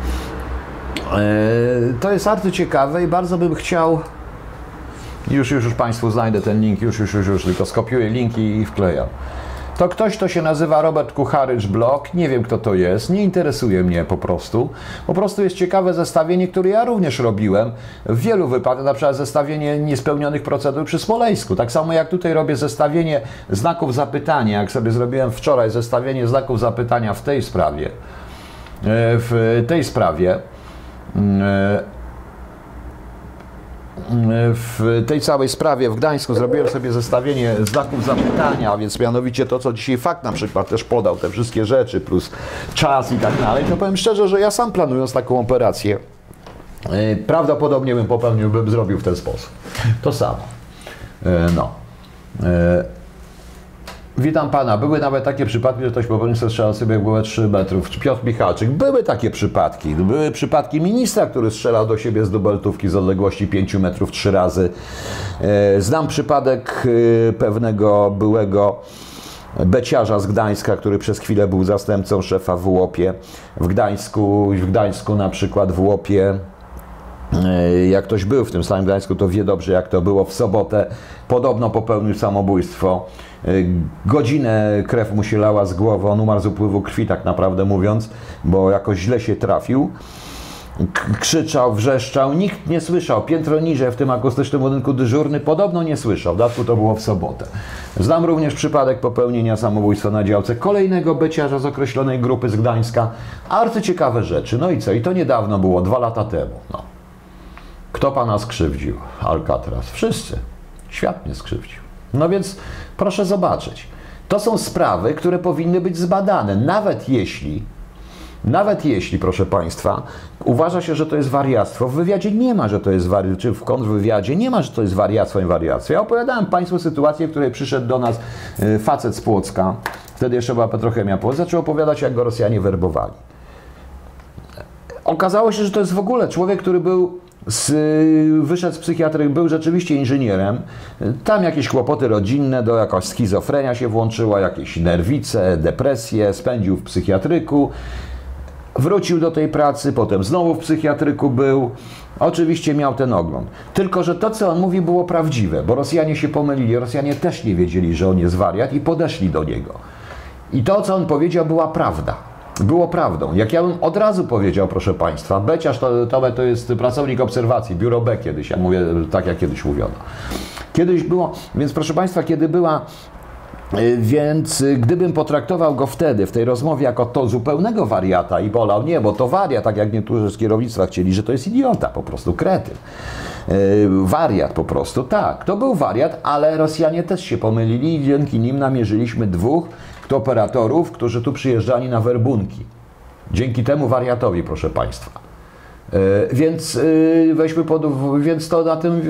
To jest bardzo ciekawe i bardzo bym chciał, już Państwu znajdę ten link, już, tylko skopiuję link i wklejam. To ktoś, kto się nazywa Robert Kucharycz Blog, nie wiem kto to jest, nie interesuje mnie po prostu. Po prostu jest ciekawe zestawienie, które ja również robiłem w wielu wypadkach, na przykład zestawienie niespełnionych procedur przy Smoleńsku. Tak samo jak tutaj robię zestawienie znaków zapytania, jak sobie zrobiłem wczoraj zestawienie znaków zapytania w tej sprawie. W tej całej sprawie w Gdańsku zrobiłem sobie zestawienie znaków zapytania, a więc mianowicie to, co dzisiaj Fakt na przykład też podał, te wszystkie rzeczy, plus czas i tak dalej, to powiem szczerze, że ja sam planując taką operację, prawdopodobnie bym zrobił w ten sposób. To samo. Witam pana. Były nawet takie przypadki, że ktoś popełnił strzelał sobie w głowę 3 metrów. Piotr Michalczyk. Były takie przypadki. Były przypadki ministra, który strzelał do siebie z dubeltówki z odległości 5 metrów 3 razy. Znam przypadek pewnego byłego beciarza z Gdańska, który przez chwilę był zastępcą szefa w WOP-ie. W Gdańsku na przykład w WOP-ie. Jak ktoś był w tym samym Gdańsku, to wie dobrze, jak to było w sobotę. Podobno popełnił samobójstwo. Godzinę krew mu się lała z głowy, on umarł z upływu krwi, tak naprawdę mówiąc, bo jakoś źle się trafił. Krzyczał, wrzeszczał, nikt nie słyszał. Piętro niżej w tym akustycznym budynku dyżurny podobno nie słyszał. W dodatku to było w sobotę. Znam również przypadek popełnienia samobójstwa na działce kolejnego beciarza z określonej grupy z Gdańska. Arcyciekawe rzeczy. No i co? I to niedawno było, 2 lata temu. No. Kto pana skrzywdził? Alcatraz. Wszyscy. Świat mnie skrzywdził. No więc proszę zobaczyć. To są sprawy, które powinny być zbadane. Nawet jeśli, proszę Państwa, uważa się, że to jest wariactwo, w wywiadzie nie ma, że to jest wariactwo, czy w kontrwywiadzie nie ma, że to jest wariactwo i wariactwo. Ja opowiadałem Państwu sytuację, w której przyszedł do nas facet z Płocka, wtedy jeszcze była Petrochemia Płock, zaczął opowiadać, jak go Rosjanie werbowali. Okazało się, że to jest w ogóle człowiek, który wyszedł z psychiatry, był rzeczywiście inżynierem, tam jakieś kłopoty rodzinne, jakaś schizofrenia się włączyła, jakieś nerwice, depresje, spędził w psychiatryku, wrócił do tej pracy, potem znowu w psychiatryku był, oczywiście miał ten ogląd. Tylko że to, co on mówi, było prawdziwe, bo Rosjanie się pomylili, Rosjanie też nie wiedzieli, że on jest wariat i podeszli do niego. I to, co on powiedział, była prawda. Było prawdą. Jak ja bym od razu powiedział, proszę Państwa, beciarz to jest pracownik obserwacji, biuro B kiedyś, ja mówię tak, jak kiedyś mówiono. Kiedyś było, więc proszę Państwa, więc gdybym potraktował go wtedy, w tej rozmowie, jako to zupełnego wariata i wolał, nie, bo to wariat, tak jak niektórzy z kierownictwa chcieli, że to jest idiota, po prostu kretyn. Wariat po prostu, tak, to był wariat, ale Rosjanie też się pomylili i dzięki nim namierzyliśmy 2 operatorów, którzy tu przyjeżdżali na werbunki. Dzięki temu wariatowi, proszę Państwa. Więc weźmy więc to na tym...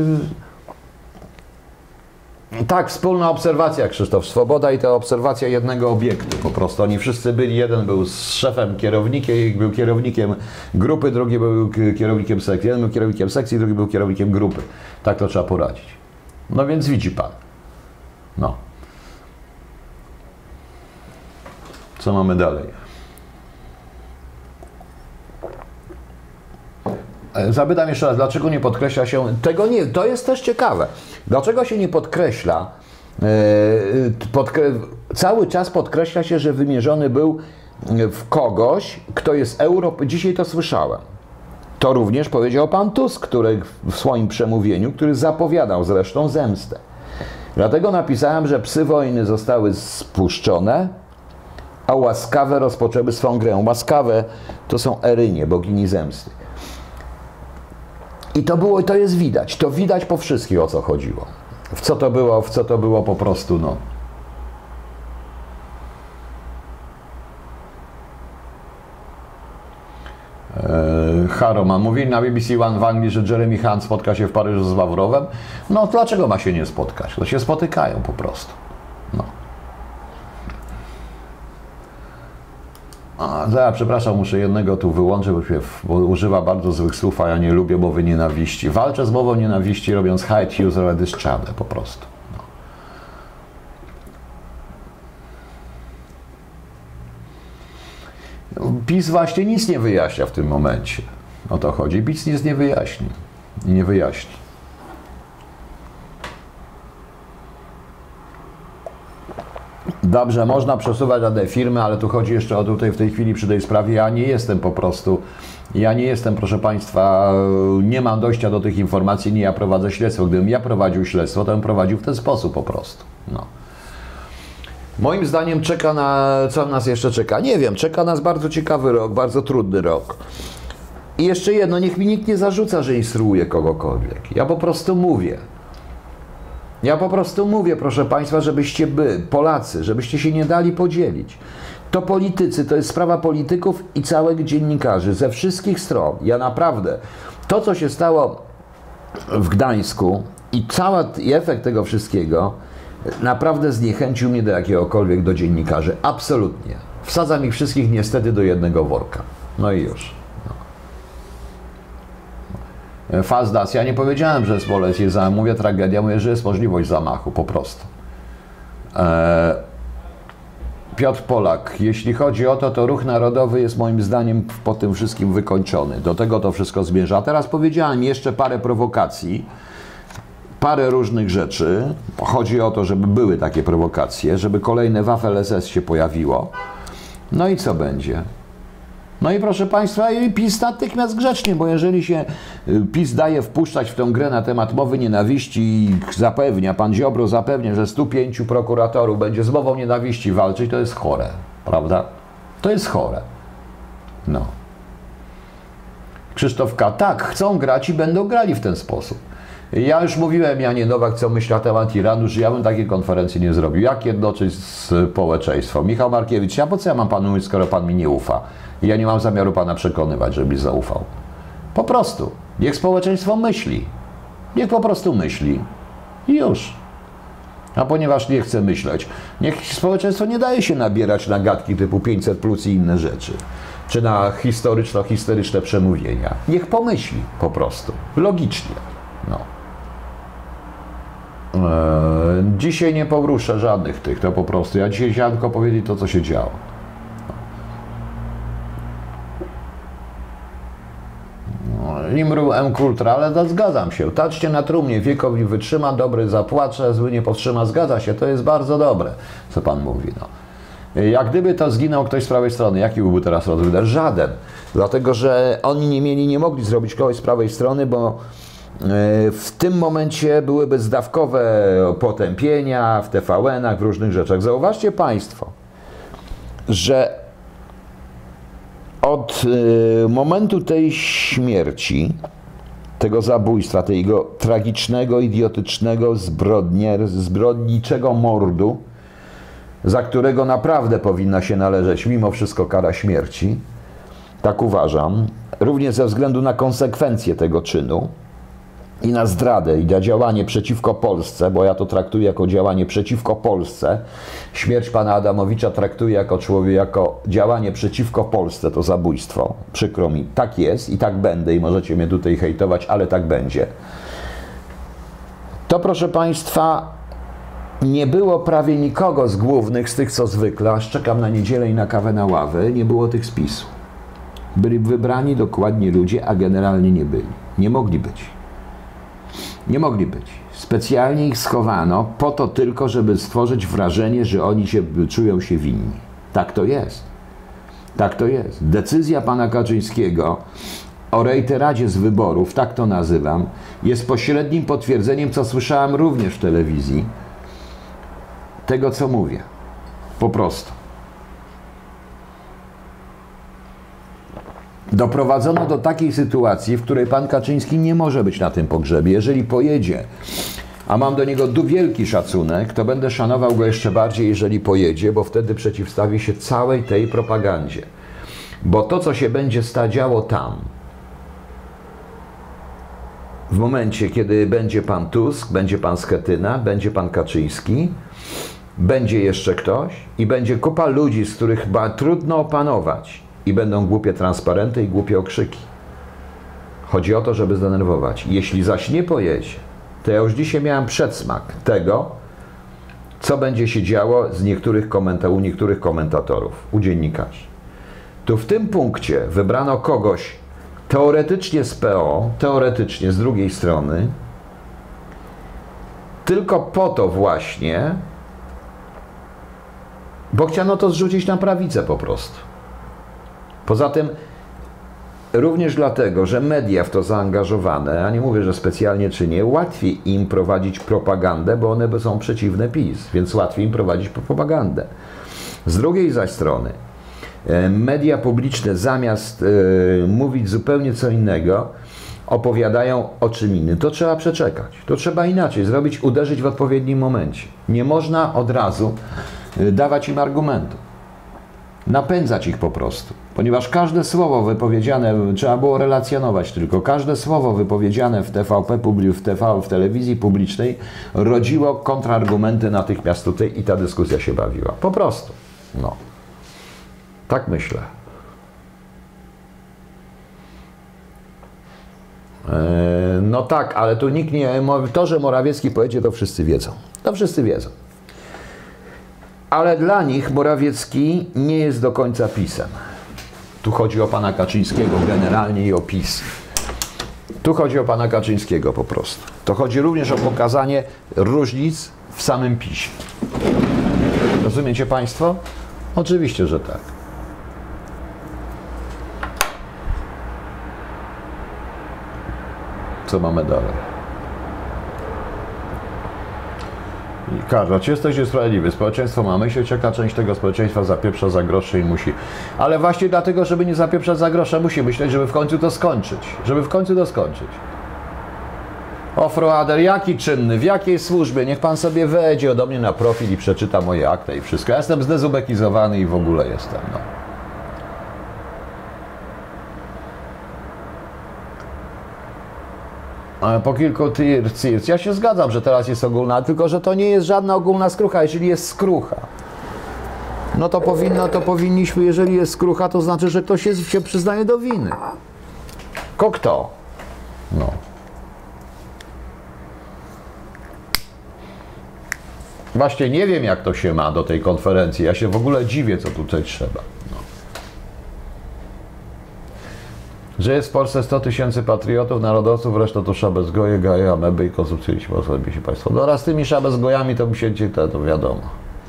Tak, wspólna obserwacja, Krzysztof Swoboda, i to obserwacja jednego obiektu po prostu. Oni wszyscy byli, jeden był z szefem kierownikiem, był kierownikiem grupy, drugi był kierownikiem sekcji. Jeden był kierownikiem sekcji, drugi był kierownikiem grupy. Tak to trzeba poradzić. No więc widzi Pan. No. Co mamy dalej? Zapytam jeszcze raz, dlaczego nie podkreśla się tego? Nie, to jest też ciekawe. Dlaczego się nie podkreśla? Cały czas podkreśla się, że wymierzony był w kogoś, kto jest Dzisiaj to słyszałem. To również powiedział pan Tusk, który w swoim przemówieniu, który zapowiadał zresztą zemstę. Dlatego napisałem, że psy wojny zostały spuszczone, a łaskawe rozpoczęły swą grę. Łaskawe to są Erynie, bogini zemsty. I to jest widać. To widać po wszystkich, o co chodziło. w co to było po prostu, no. Haroman. Mówili na BBC One w Anglii, że Jeremy Hunt spotka się w Paryżu z Ławrowem. No dlaczego ma się nie spotkać? To się spotykają po prostu. No. Przepraszam, muszę jednego tu wyłączyć, bo używa bardzo złych słów, a ja nie lubię mowy nienawiści. Walczę z mową nienawiści, robiąc hate user dyschadę po prostu. No. PiS właśnie nic nie wyjaśnia w tym momencie. O to chodzi. PiS nic nie wyjaśni. I nie wyjaśni. Dobrze, można przesuwać dane firmy, ale tu chodzi jeszcze o tutaj w tej chwili przy tej sprawie. Ja nie jestem, proszę Państwa, nie mam dojścia do tych informacji, nie ja prowadzę śledztwo. Gdybym ja prowadził śledztwo, to bym prowadził w ten sposób po prostu. No. Moim zdaniem co nas jeszcze czeka? Nie wiem, czeka nas bardzo ciekawy rok, bardzo trudny rok. I jeszcze jedno, niech mi nikt nie zarzuca, że instruuje kogokolwiek. Ja po prostu mówię, proszę Państwa, żebyście Polacy, żebyście się nie dali podzielić. To politycy, to jest sprawa polityków i całych dziennikarzy ze wszystkich stron. Ja naprawdę, to co się stało w Gdańsku i efekt tego wszystkiego naprawdę zniechęcił mnie do jakiegokolwiek, do dziennikarzy. Absolutnie. Wsadzam ich wszystkich niestety do jednego worka. No i już. Fazdas, ja nie powiedziałem, że Smolec jest zamach, mówię tragedia, mówię, że jest możliwość zamachu, po prostu. Piotr Polak, jeśli chodzi o to, to ruch narodowy jest moim zdaniem po tym wszystkim wykończony. Do tego to wszystko zmierza. A teraz powiedziałem jeszcze parę prowokacji, parę różnych rzeczy. Chodzi o to, żeby były takie prowokacje, żeby kolejne Waffen-SS się pojawiło. No i co będzie? No i proszę Państwa, PiS natychmiast grzecznie, bo jeżeli się PiS daje wpuszczać w tę grę na temat mowy nienawiści i zapewnia, pan Ziobro zapewnia, że 105 prokuratorów będzie z mową nienawiści walczyć, to jest chore, prawda? To jest chore. No. Krzysztof K. Tak, chcą grać i będą grali w ten sposób. Ja już mówiłem, Janie Nowak, co myśli na temat Iranu, że ja bym takiej konferencji nie zrobił. Jak jednoczyć społeczeństwo? Michał Markiewicz, ja po co ja mam panu mówić, skoro pan mi nie ufa? I ja nie mam zamiaru pana przekonywać, żeby mi zaufał. Po prostu. Niech społeczeństwo myśli. Niech po prostu myśli. I już. A ponieważ nie chce myśleć, niech społeczeństwo nie daje się nabierać na gadki typu 500+ i inne rzeczy. Czy na historyczno-histeryczne przemówienia. Niech pomyśli po prostu. Logicznie. No. Dzisiaj nie poruszę żadnych tych, to po prostu. Ja dzisiaj chciałem tylko powiedzieć to, co się działo. Imru M. Kultra, ale to zgadzam się. Taczcie na trumnie, wiekowi wytrzyma, dobry zapłacze, zły nie powstrzyma, zgadza się, to jest bardzo dobre, co pan mówi. No. Jak gdyby to zginął ktoś z prawej strony, jaki byłby teraz rozwój? Żaden. Dlatego, że oni nie mogli zrobić kogoś z prawej strony, bo w tym momencie byłyby zdawkowe potępienia w TVN-ach, w różnych rzeczach. Zauważcie Państwo, że od momentu tej śmierci, tego zabójstwa, tego tragicznego, idiotycznego, zbrodniczego mordu, za którego naprawdę powinna się należeć mimo wszystko kara śmierci, tak uważam, również ze względu na konsekwencje tego czynu i na zdradę i na działanie przeciwko Polsce, bo ja to traktuję jako działanie przeciwko Polsce. Śmierć pana Adamowicza traktuję jako działanie przeciwko Polsce, to zabójstwo. Przykro mi, tak jest i tak będę i możecie mnie tutaj hejtować, ale tak będzie. To proszę Państwa, nie było prawie nikogo z głównych, z tych co zwykle, aż czekam na niedzielę i na kawę na ławę, nie było tych z PiS-u. Byli wybrani dokładnie ludzie, a generalnie nie byli. Nie mogli być. Nie mogli być. Specjalnie ich schowano po to tylko, żeby stworzyć wrażenie, że oni czują się winni. Tak to jest. Tak to jest. Decyzja pana Kaczyńskiego o reiteradzie z wyborów, tak to nazywam, jest pośrednim potwierdzeniem, co słyszałem również w telewizji, tego co mówię. Po prostu. Doprowadzono do takiej sytuacji, w której pan Kaczyński nie może być na tym pogrzebie. Jeżeli pojedzie a mam do niego wielki szacunek, to będę szanował go jeszcze bardziej, jeżeli pojedzie, bo wtedy przeciwstawi się całej tej propagandzie. Bo to, co się będzie działo tam, w momencie, kiedy będzie pan Tusk, będzie pan Schetyna, będzie pan Kaczyński, będzie jeszcze ktoś i będzie kupa ludzi, z których chyba trudno opanować i będą głupie transparenty i głupie okrzyki. Chodzi o to, żeby zdenerwować. Jeśli zaś nie pojedzie, to ja już dzisiaj miałem przedsmak tego, co będzie się działo u niektórych komentatorów, u dziennikarzy. Tu w tym punkcie wybrano kogoś teoretycznie z PO, teoretycznie z drugiej strony, tylko po to właśnie, bo chciano to zrzucić na prawicę po prostu. Poza tym również dlatego, że media w to zaangażowane, a nie mówię, że specjalnie czy nie, łatwiej im prowadzić propagandę, bo one są przeciwne PiS, więc łatwiej im prowadzić propagandę. Z drugiej zaś strony media publiczne zamiast mówić zupełnie co innego, opowiadają o czym innym. To trzeba przeczekać. To trzeba inaczej zrobić, uderzyć w odpowiednim momencie. Nie można od razu dawać im argumentów. Napędzać ich po prostu. Ponieważ każde słowo wypowiedziane, trzeba było relacjonować tylko, każde słowo wypowiedziane w TVP, w telewizji publicznej rodziło kontrargumenty natychmiast tutaj i ta dyskusja się bawiła. Po prostu. No. Tak myślę. No tak, ale tu nikt nie... To, że Morawiecki pojedzie, to wszyscy wiedzą. To wszyscy wiedzą. Ale dla nich Morawiecki nie jest do końca PiS-em. Tu chodzi o pana Kaczyńskiego generalnie i o PiS. Tu chodzi o pana Kaczyńskiego po prostu. To chodzi również o pokazanie różnic w samym PiS-ie. Rozumiecie państwo? Oczywiście, że tak. Co mamy dalej? Karol, czy jesteś sprawiedliwy? Społeczeństwo ma myśl, cieka część tego społeczeństwa zapieprza za grosze i musi. Ale właśnie dlatego, żeby nie zapieprzać za grosze, musi myśleć, żeby w końcu to skończyć. Żeby w końcu to skończyć. O, Froader, jaki czynny, w jakiej służbie? Niech pan sobie wejdzie ode mnie na profil i przeczyta moje akta i wszystko. Ja jestem zdezubekizowany i w ogóle jestem, no. Po kilku CIRC, ja się zgadzam, że teraz jest ogólna, tylko że to nie jest żadna ogólna skrucha. Jeżeli jest skrucha, no to powinniśmy, jeżeli jest skrucha, to znaczy, że ktoś się przyznaje do winy. Kto? No. Właśnie nie wiem, jak to się ma do tej konferencji. Ja się w ogóle dziwię, co tutaj trzeba. Że jest w Polsce 100 000 patriotów, narodowców, reszta to szabezgoje, gaje, ameby i konsumpcjonizm, osłabi się państwo. No raz z tymi szabezgojami to musicie, to wiadomo.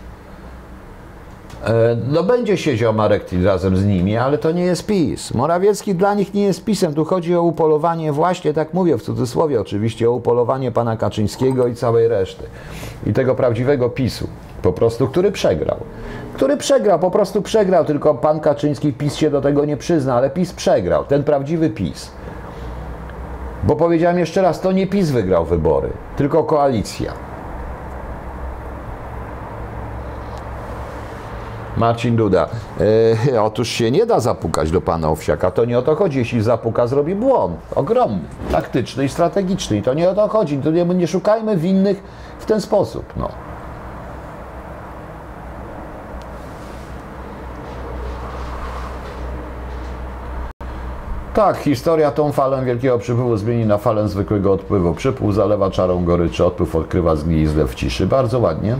No będzie siedział Marek razem z nimi, ale to nie jest PiS. Morawiecki dla nich nie jest PiS-em. Tu chodzi o upolowanie właśnie, tak mówię w cudzysłowie oczywiście, o upolowanie pana Kaczyńskiego i całej reszty. I tego prawdziwego PiS-u, po prostu, który przegrał. Po prostu przegrał, tylko pan Kaczyński, PiS się do tego nie przyzna, ale PiS przegrał, ten prawdziwy PiS. Bo powiedziałem jeszcze raz, to nie PiS wygrał wybory, tylko koalicja. Marcin Duda. Otóż się nie da zapukać do pana Owsiaka, to nie o to chodzi, jeśli zapuka, zrobi błąd, ogromny, taktyczny i strategiczny i to nie o to chodzi, to nie szukajmy winnych w ten sposób, no. Tak, historia tą falę wielkiego przypływu zmieni na falę zwykłego odpływu. Przypływ zalewa czarą goryczy, odpływ odkrywa zgnilizdę w ciszy. Bardzo ładnie.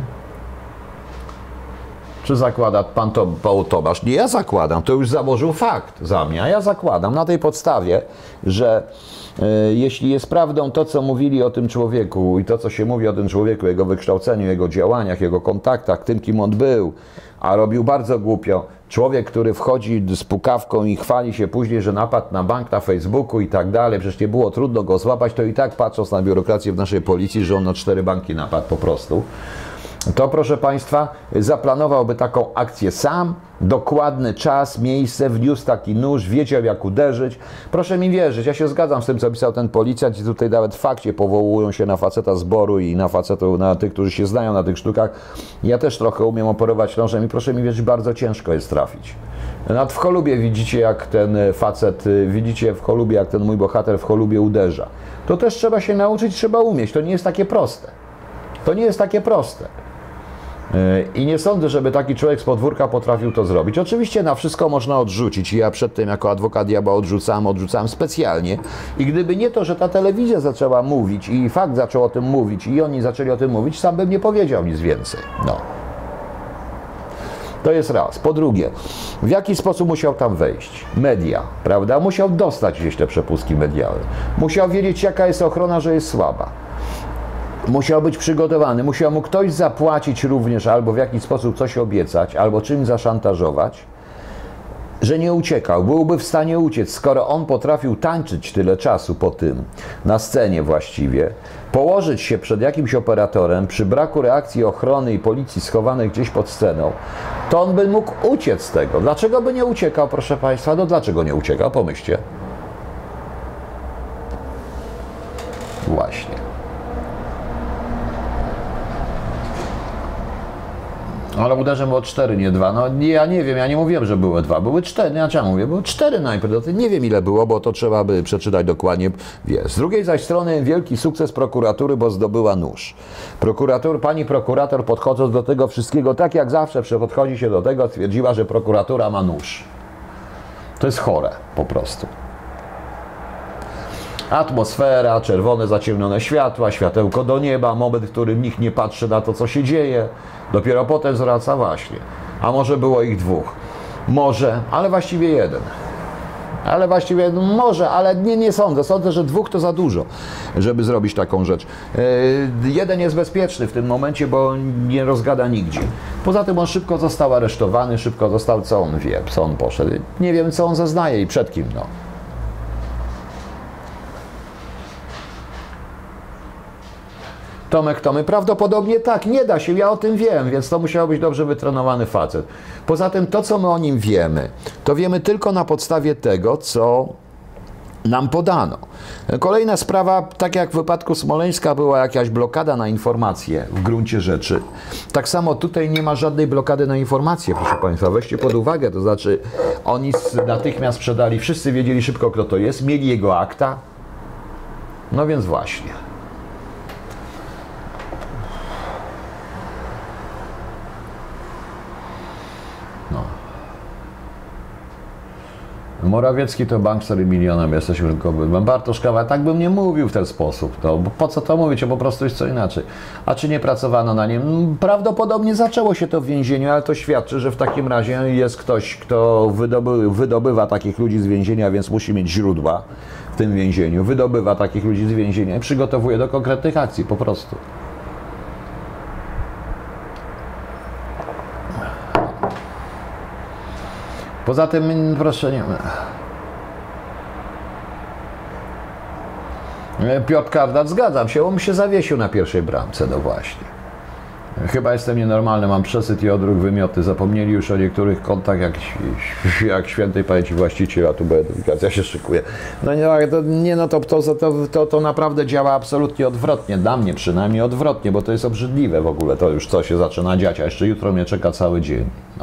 Czy zakłada pan Paul Tomasz? Nie, ja zakładam, to już założył fakt za mnie, a ja zakładam na tej podstawie, że jeśli jest prawdą to, co mówili o tym człowieku i to, co się mówi o tym człowieku, jego wykształceniu, jego działaniach, jego kontaktach, tym, kim on był, a robił bardzo głupio, człowiek, który wchodzi z pukawką i chwali się później, że napadł na bank na Facebooku i tak dalej, przecież nie było trudno go złapać, to i tak patrząc na biurokrację w naszej policji, że on na 4 banki napadł po prostu. to proszę Państwa, zaplanowałby taką akcję sam, dokładny czas, miejsce, wniósł taki nóż, wiedział jak uderzyć. Proszę mi wierzyć, ja się zgadzam z tym, co pisał ten policjant i tutaj nawet w fakcie powołują się na faceta zboru i na facetów, na tych, którzy się znają na tych sztukach. Ja też trochę umiem operować nożem i proszę mi wierzyć, bardzo ciężko jest trafić. Nawet w Cholubie widzicie, jak ten facet, widzicie w Cholubie, jak ten mój bohater w Cholubie uderza. To też trzeba się nauczyć, trzeba umieć, to nie jest takie proste. To nie jest takie proste. I nie sądzę, żeby taki człowiek z podwórka potrafił to zrobić. Oczywiście na wszystko można odrzucić i ja przedtem jako adwokat diabła odrzucałem specjalnie. I gdyby nie to, że ta telewizja zaczęła mówić i fakt zaczął o tym mówić i oni zaczęli o tym mówić, sam bym nie powiedział nic więcej. No. To jest raz. Po drugie, w jaki sposób musiał tam wejść? Media, prawda? Musiał dostać gdzieś te przepustki medialne. Musiał wiedzieć, jaka jest ochrona, że jest słaba. Musiał być przygotowany, musiał mu ktoś zapłacić również, albo w jakiś sposób coś obiecać, albo czymś zaszantażować, że nie uciekał, byłby w stanie uciec, skoro on potrafił tańczyć tyle czasu po tym, na scenie właściwie, położyć się przed jakimś operatorem, przy braku reakcji ochrony i policji schowanej gdzieś pod sceną, to on by mógł uciec z tego. Dlaczego by nie uciekał, proszę Państwa? No dlaczego nie uciekał? Pomyślcie. Właśnie. Ale uderzeń było 4, nie 2. No ja nie wiem, ja nie mówiłem, że były 2. Były 4. Ja czemu mówię? Były 4 najpierw. Nie wiem ile było, bo to trzeba by przeczytać dokładnie. Z drugiej zaś strony wielki sukces prokuratury, bo zdobyła nóż. Pani prokurator, podchodząc do tego wszystkiego, tak jak zawsze podchodzi się do tego, stwierdziła, że prokuratura ma nóż. To jest chore po prostu. Atmosfera, czerwone zaciemnione światła, światełko do nieba, moment, w którym nikt nie patrzy na to, co się dzieje. Dopiero potem zwraca właśnie. A może było ich 2? Może, ale właściwie 1. Ale właściwie może, ale nie sądzę. Sądzę, że 2 to za dużo, żeby zrobić taką rzecz. 1 jest bezpieczny w tym momencie, bo nie rozgada nigdzie. Poza tym on szybko został aresztowany, szybko został, co on wie, co on poszedł. Nie wiem, co on zeznaje i przed kim, no. Tomek, prawdopodobnie tak, nie da się, ja o tym wiem, więc to musiał być dobrze wytrenowany facet. Poza tym to, co my o nim wiemy, to wiemy tylko na podstawie tego, co nam podano. Kolejna sprawa, tak jak w wypadku Smoleńska była jakaś blokada na informacje w gruncie rzeczy, tak samo tutaj nie ma żadnej blokady na informacje, proszę Państwa, weźcie pod uwagę, to znaczy oni natychmiast sprzedali, wszyscy wiedzieli szybko, kto to jest, mieli jego akta, no więc właśnie. Morawiecki to bankster i milionem, jesteśmy rynkowym. Bartosz Kawa, tak bym nie mówił w ten sposób. To, bo po co to mówić, po prostu jest co inaczej. A czy nie pracowano na nim? Prawdopodobnie zaczęło się to w więzieniu, ale to świadczy, że w takim razie jest ktoś, kto wydobywa takich ludzi z więzienia, więc musi mieć źródła w tym więzieniu. Wydobywa takich ludzi z więzienia i przygotowuje do konkretnych akcji po prostu. Poza tym, proszę nie... Piotr Kardat, zgadzam się, on się zawiesił na pierwszej bramce, no właśnie. Chyba jestem nienormalny, mam przesyt i odruch wymioty. Zapomnieli już o niektórych kontach, jak świętej pamięci właściciel, a tu beatyfikacja się szykuje. No to naprawdę działa absolutnie odwrotnie, dla mnie przynajmniej odwrotnie, bo to jest obrzydliwe w ogóle, to już co się zaczyna dziać, a jeszcze jutro mnie czeka cały dzień. No.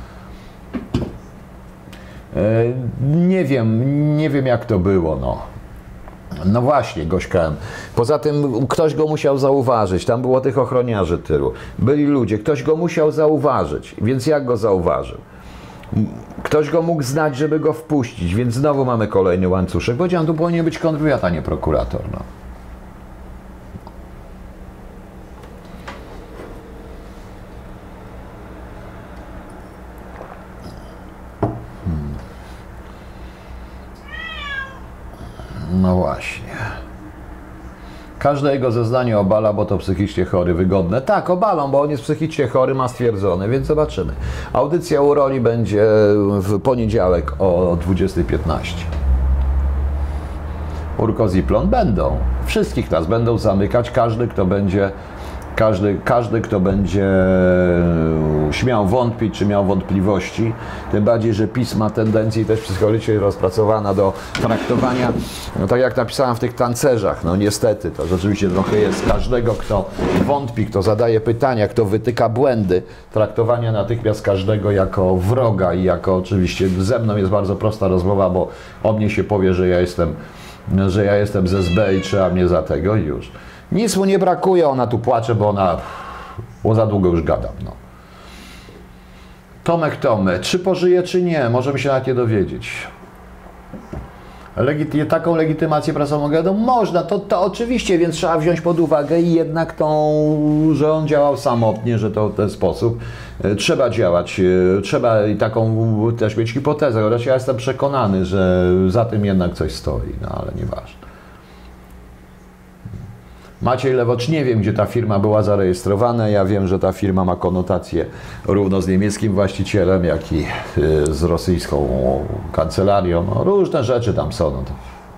Nie wiem jak to było, no. No właśnie, Gośka. Poza tym ktoś go musiał zauważyć, tam było tych ochroniarzy tylu. Byli ludzie, ktoś go musiał zauważyć, więc jak go zauważył? Ktoś go mógł znać, żeby go wpuścić, więc znowu mamy kolejny łańcuszek. Powiedziałem, tu powinien być kontrwywiad, a nie prokurator, no. No właśnie. Każde jego zeznanie obala, bo to psychicznie chory, wygodne. Tak, obalą, bo on jest psychicznie chory, ma stwierdzone, więc zobaczymy. Audycja u Roli będzie w poniedziałek o 20:15. Urkoz i Plon będą. Wszystkich nas będą zamykać. Każdy, kto będzie śmiał wątpić, czy miał wątpliwości, tym bardziej, że PiS ma tendencję też psychologicznie rozpracowana do traktowania, no tak jak napisałem w tych tancerzach, no niestety, to rzeczywiście trochę jest każdego, kto wątpi, kto zadaje pytania, kto wytyka błędy, traktowania natychmiast każdego jako wroga i jako oczywiście ze mną jest bardzo prosta rozmowa, bo o mnie się powie, że ja jestem z SB i trzeba mnie za tego i już. Nic mu nie brakuje, ona tu płacze, bo za długo już gadam. No. Tomek, czy pożyje, czy nie? Możemy się nawet nie dowiedzieć. Taką legitymację prasową mogę, no można, to oczywiście, więc trzeba wziąć pod uwagę i jednak że on działał samotnie, że to w ten sposób. Trzeba działać, trzeba i taką też mieć hipotezę, chociaż ja jestem przekonany, że za tym jednak coś stoi, no ale nieważne. Maciej Lewocz, nie wiem, gdzie ta firma była zarejestrowana. Ja wiem, że ta firma ma konotację równo z niemieckim właścicielem, jak i z rosyjską kancelarią. No, różne rzeczy tam są. No to...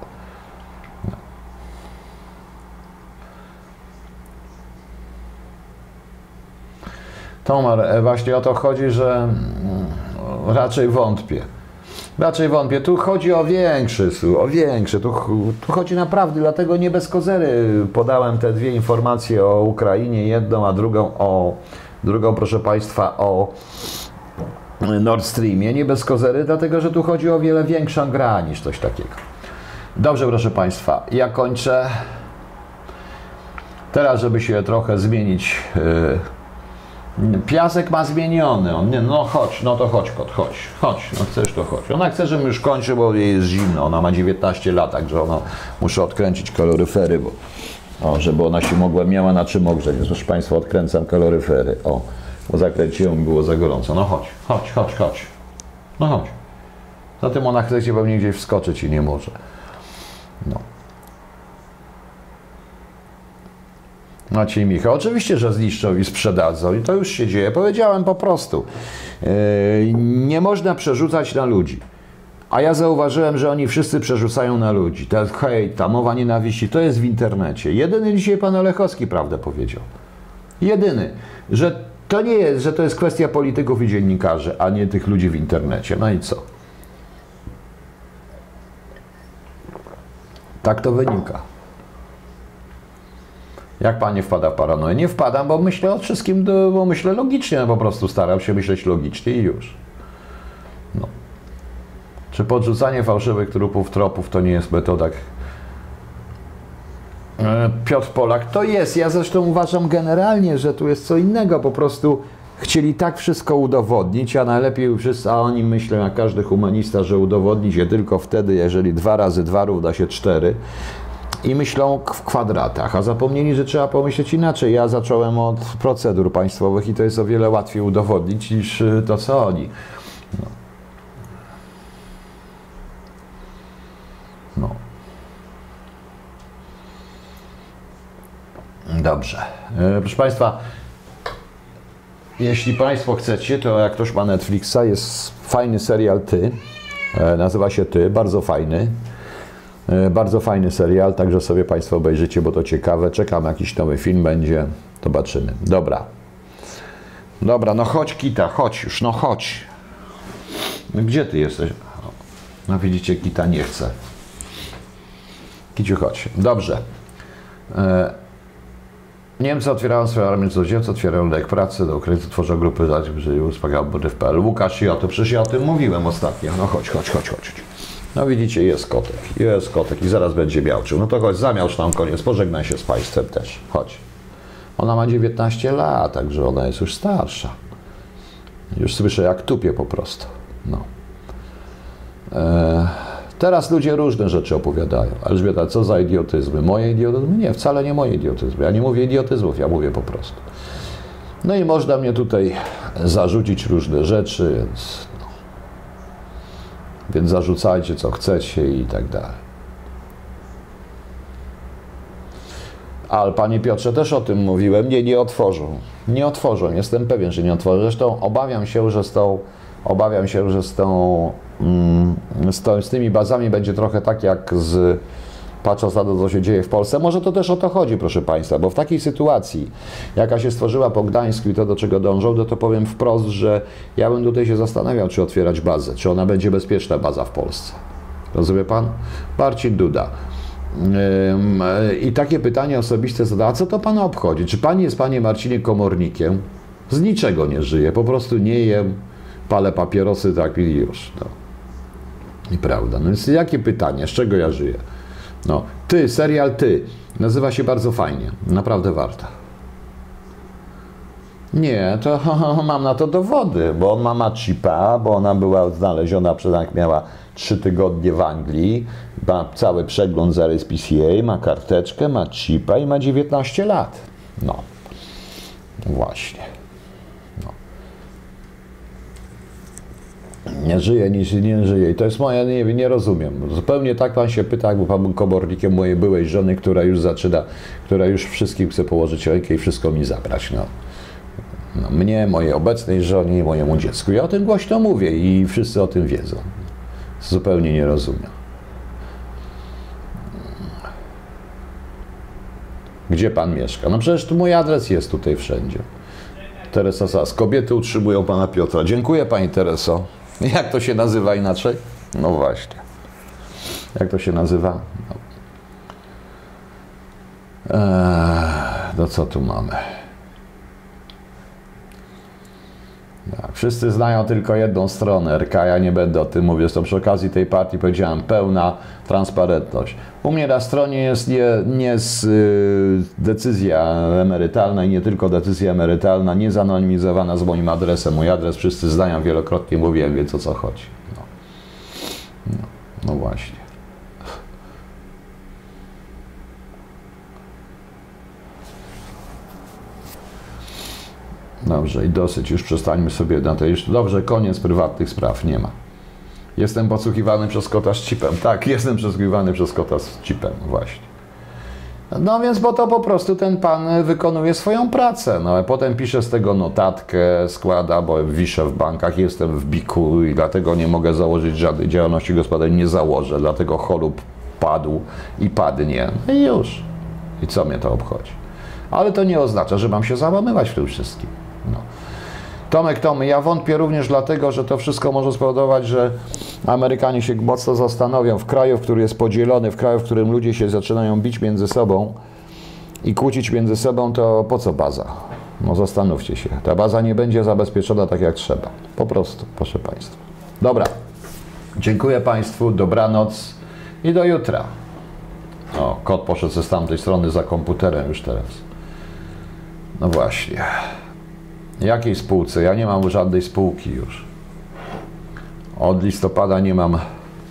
Tomar, właśnie o to chodzi, że raczej wątpię. Tu chodzi o większe, tu chodzi naprawdę, dlatego nie bez kozery podałem te dwie informacje o Ukrainie, jedną, a drugą, proszę Państwa, o Nord Streamie, nie bez kozery, dlatego że tu chodzi o wiele większą grę niż coś takiego. Dobrze, proszę Państwa, ja kończę. Teraz, żeby się trochę zmienić, Piasek ma zmieniony, no chodź, no to chodź kot, chodź, no chcesz to chodź. Ona chce, żebym już kończył, bo jej jest zimno, ona ma 19 lat, także ona muszę odkręcić kaloryfery, żeby ona się miała na czym ogrzeć, więc proszę Państwa, odkręcam kaloryfery, bo zakręciłem, było za gorąco, no chodź, no chodź. Zatem ona chce się pewnie gdzieś wskoczyć i nie może, no. Maciej Michał, oczywiście, że zniszczą i sprzedadzą i to już się dzieje. Powiedziałem po prostu, nie można przerzucać na ludzi. A ja zauważyłem, że oni wszyscy przerzucają na ludzi. Ta mowa nienawiści, to jest w internecie. Jedyny dzisiaj pan Olechowski prawdę powiedział. Jedyny, że to nie jest, że to jest kwestia polityków i dziennikarzy, a nie tych ludzi w internecie. No i co? Tak to wynika. Jak pan nie wpada w paranoję? Nie wpadam, bo myślę o wszystkim, bo myślę logicznie, no po prostu staram się myśleć logicznie i już. No. Czy podrzucanie fałszywych tropów to nie jest metoda? Piotr Polak, to jest. Ja zresztą uważam generalnie, że tu jest co innego, po prostu chcieli tak wszystko udowodnić, a najlepiej wszyscy, a oni myślą, jak każdy humanista, że udowodni się tylko wtedy, jeżeli 2 razy 2 równa się 4. I myślą w kwadratach, a zapomnieli, że trzeba pomyśleć inaczej. Ja zacząłem od procedur państwowych i to jest o wiele łatwiej udowodnić niż to, co oni. No. Dobrze. Proszę Państwa, jeśli Państwo chcecie, to jak ktoś ma Netflixa, jest fajny serial Ty. Nazywa się Ty, bardzo fajny. Bardzo fajny serial, także sobie Państwo obejrzycie, bo to ciekawe. Czekam, jakiś nowy film będzie. Zobaczymy. Dobra, no chodź Kita, chodź już, no chodź. No gdzie Ty jesteś? No widzicie, Kita nie chce. Kiciu, chodź. Dobrze. Niemcy otwierają swoje armię cudzoziemców, otwierają rynek pracy, do Ukrainy tworzą grupy, żeby uspokajał w.pl. Łukasz i o to, przecież ja o tym mówiłem ostatnio. No chodź. No widzicie, jest kotek i zaraz będzie miałczył. No to chodź, zamiałcz tam koniec, pożegnaj się z Państwem też, chodź. Ona ma 19 lat, także ona jest już starsza. Już słyszę, jak tupie po prostu. No. Teraz ludzie różne rzeczy opowiadają. Elżbieta, co za idiotyzmy? Moje idiotyzmy? Nie, wcale nie moje idiotyzmy. Ja nie mówię idiotyzmów, ja mówię po prostu. No i można mnie tutaj zarzucić różne rzeczy, więc zarzucajcie, co chcecie i tak dalej. Ale Panie Piotrze, też o tym mówiłem. Nie otworzą. Nie otworzą. Jestem pewien, że nie otworzą. Zresztą obawiam się, że z tymi bazami będzie trochę tak jak patrząc na to, co się dzieje w Polsce. Może to też o to chodzi, proszę Państwa, bo w takiej sytuacji, jaka się stworzyła po Gdańsku i to, do czego dążą, to powiem wprost, że ja bym tutaj się zastanawiał, czy otwierać bazę, czy ona będzie bezpieczna baza w Polsce. Rozumie Pan? Marcin Duda. I takie pytanie osobiste zada, a co to Pana obchodzi? Czy Pan jest, Panie Marcinie, komornikiem? Z niczego nie żyję, po prostu nie jem, palę papierosy, tak i już. No. Nieprawda. No więc jakie pytanie? Z czego ja żyję? No, Ty, serial Ty. Nazywa się bardzo fajnie. Naprawdę warto. Nie, to mam na to dowody, bo on ma chipa, bo ona była znaleziona jak miała 3 tygodnie w Anglii, ma cały przegląd zarys PCA, ma karteczkę, ma chipa i ma 19 lat. No, właśnie. No. Nie żyje, nic nie żyje. I to jest moja, nie rozumiem. Zupełnie tak Pan się pyta, jakby Pan był komornikiem mojej byłej żony, która już zaczyna, która już wszystkim chce położyć rękę i wszystko mi zabrać. No. No, mnie, mojej obecnej żonie i mojemu dziecku. Ja o tym głośno mówię i wszyscy o tym wiedzą. Zupełnie nie rozumiem. Gdzie Pan mieszka? No przecież tu mój adres jest tutaj wszędzie. Teresa Sas. Kobiety utrzymują Pana Piotra. Dziękuję Pani Tereso. Jak to się nazywa inaczej? No właśnie. Jak to się nazywa? No co tu mamy? Tak, wszyscy znają tylko jedną stronę RK, ja nie będę o tym mówił. Zresztą przy okazji tej partii powiedziałem, pełna transparentność. U mnie na stronie jest decyzja emerytalna i nie tylko decyzja emerytalna, nie zanonimizowana z moim adresem. Mój adres wszyscy znają, wielokrotnie mówiłem, więc o co chodzi. No właśnie. Dobrze, i dosyć, już przestańmy sobie na to. Już dobrze, koniec prywatnych spraw, nie ma. Jestem podsłuchiwany przez kota z chipem. Tak, jestem przesłuchiwany przez kota z chipem, właśnie. No więc, bo to po prostu ten pan wykonuje swoją pracę. No a potem pisze z tego notatkę, składa, bo wiszę w bankach, jestem w BIK-u i dlatego nie mogę założyć żadnej działalności gospodarczej, nie założę, dlatego chorób padł i padnie. No i już. I co mnie to obchodzi? Ale to nie oznacza, że mam się załamywać w tym wszystkim. No. Tomek, ja wątpię również dlatego, że to wszystko może spowodować, że Amerykanie się mocno zastanowią w kraju, który jest podzielony, w kraju, w którym ludzie się zaczynają bić między sobą i kłócić między sobą, to po co baza? No zastanówcie się. Ta baza nie będzie zabezpieczona tak jak trzeba. Po prostu, proszę Państwa. Dobra. Dziękuję Państwu, dobranoc i do jutra. O, kot poszedł z tamtej strony za komputerem już teraz. No właśnie. Jakiej spółce? Ja nie mam żadnej spółki już. Od listopada nie mam.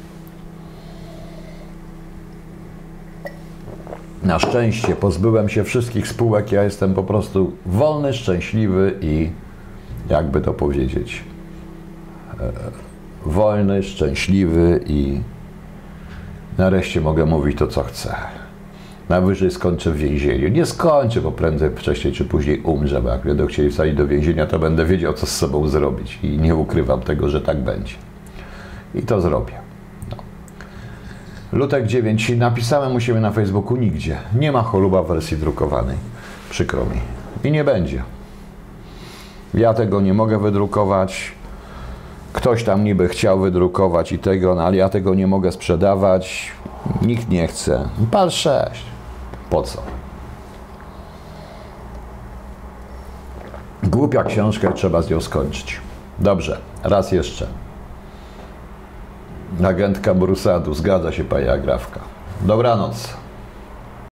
Na szczęście pozbyłem się wszystkich spółek. Ja jestem po prostu wolny, szczęśliwy i jakby to powiedzieć, wolny, szczęśliwy i nareszcie mogę mówić to, co chcę. Najwyżej skończę w więzieniu. Nie skończę, bo prędzej, wcześniej czy później umrze, bo jak będą chcieli wsadzić do więzienia, to będę wiedział, co z sobą zrobić. I nie ukrywam tego, że tak będzie. I to zrobię. No. Lutek 9. Napisałem u siebie na Facebooku nigdzie. Nie ma Choluba w wersji drukowanej. Przykro mi. I nie będzie. Ja tego nie mogę wydrukować. Ktoś tam niby chciał wydrukować i tego, no ale ja tego nie mogę sprzedawać. Nikt nie chce. PAL 6. Po co? Głupia książka, trzeba z nią skończyć. Dobrze, raz jeszcze. Agentka Brusadu, zgadza się Pani Agrawka. Dobranoc.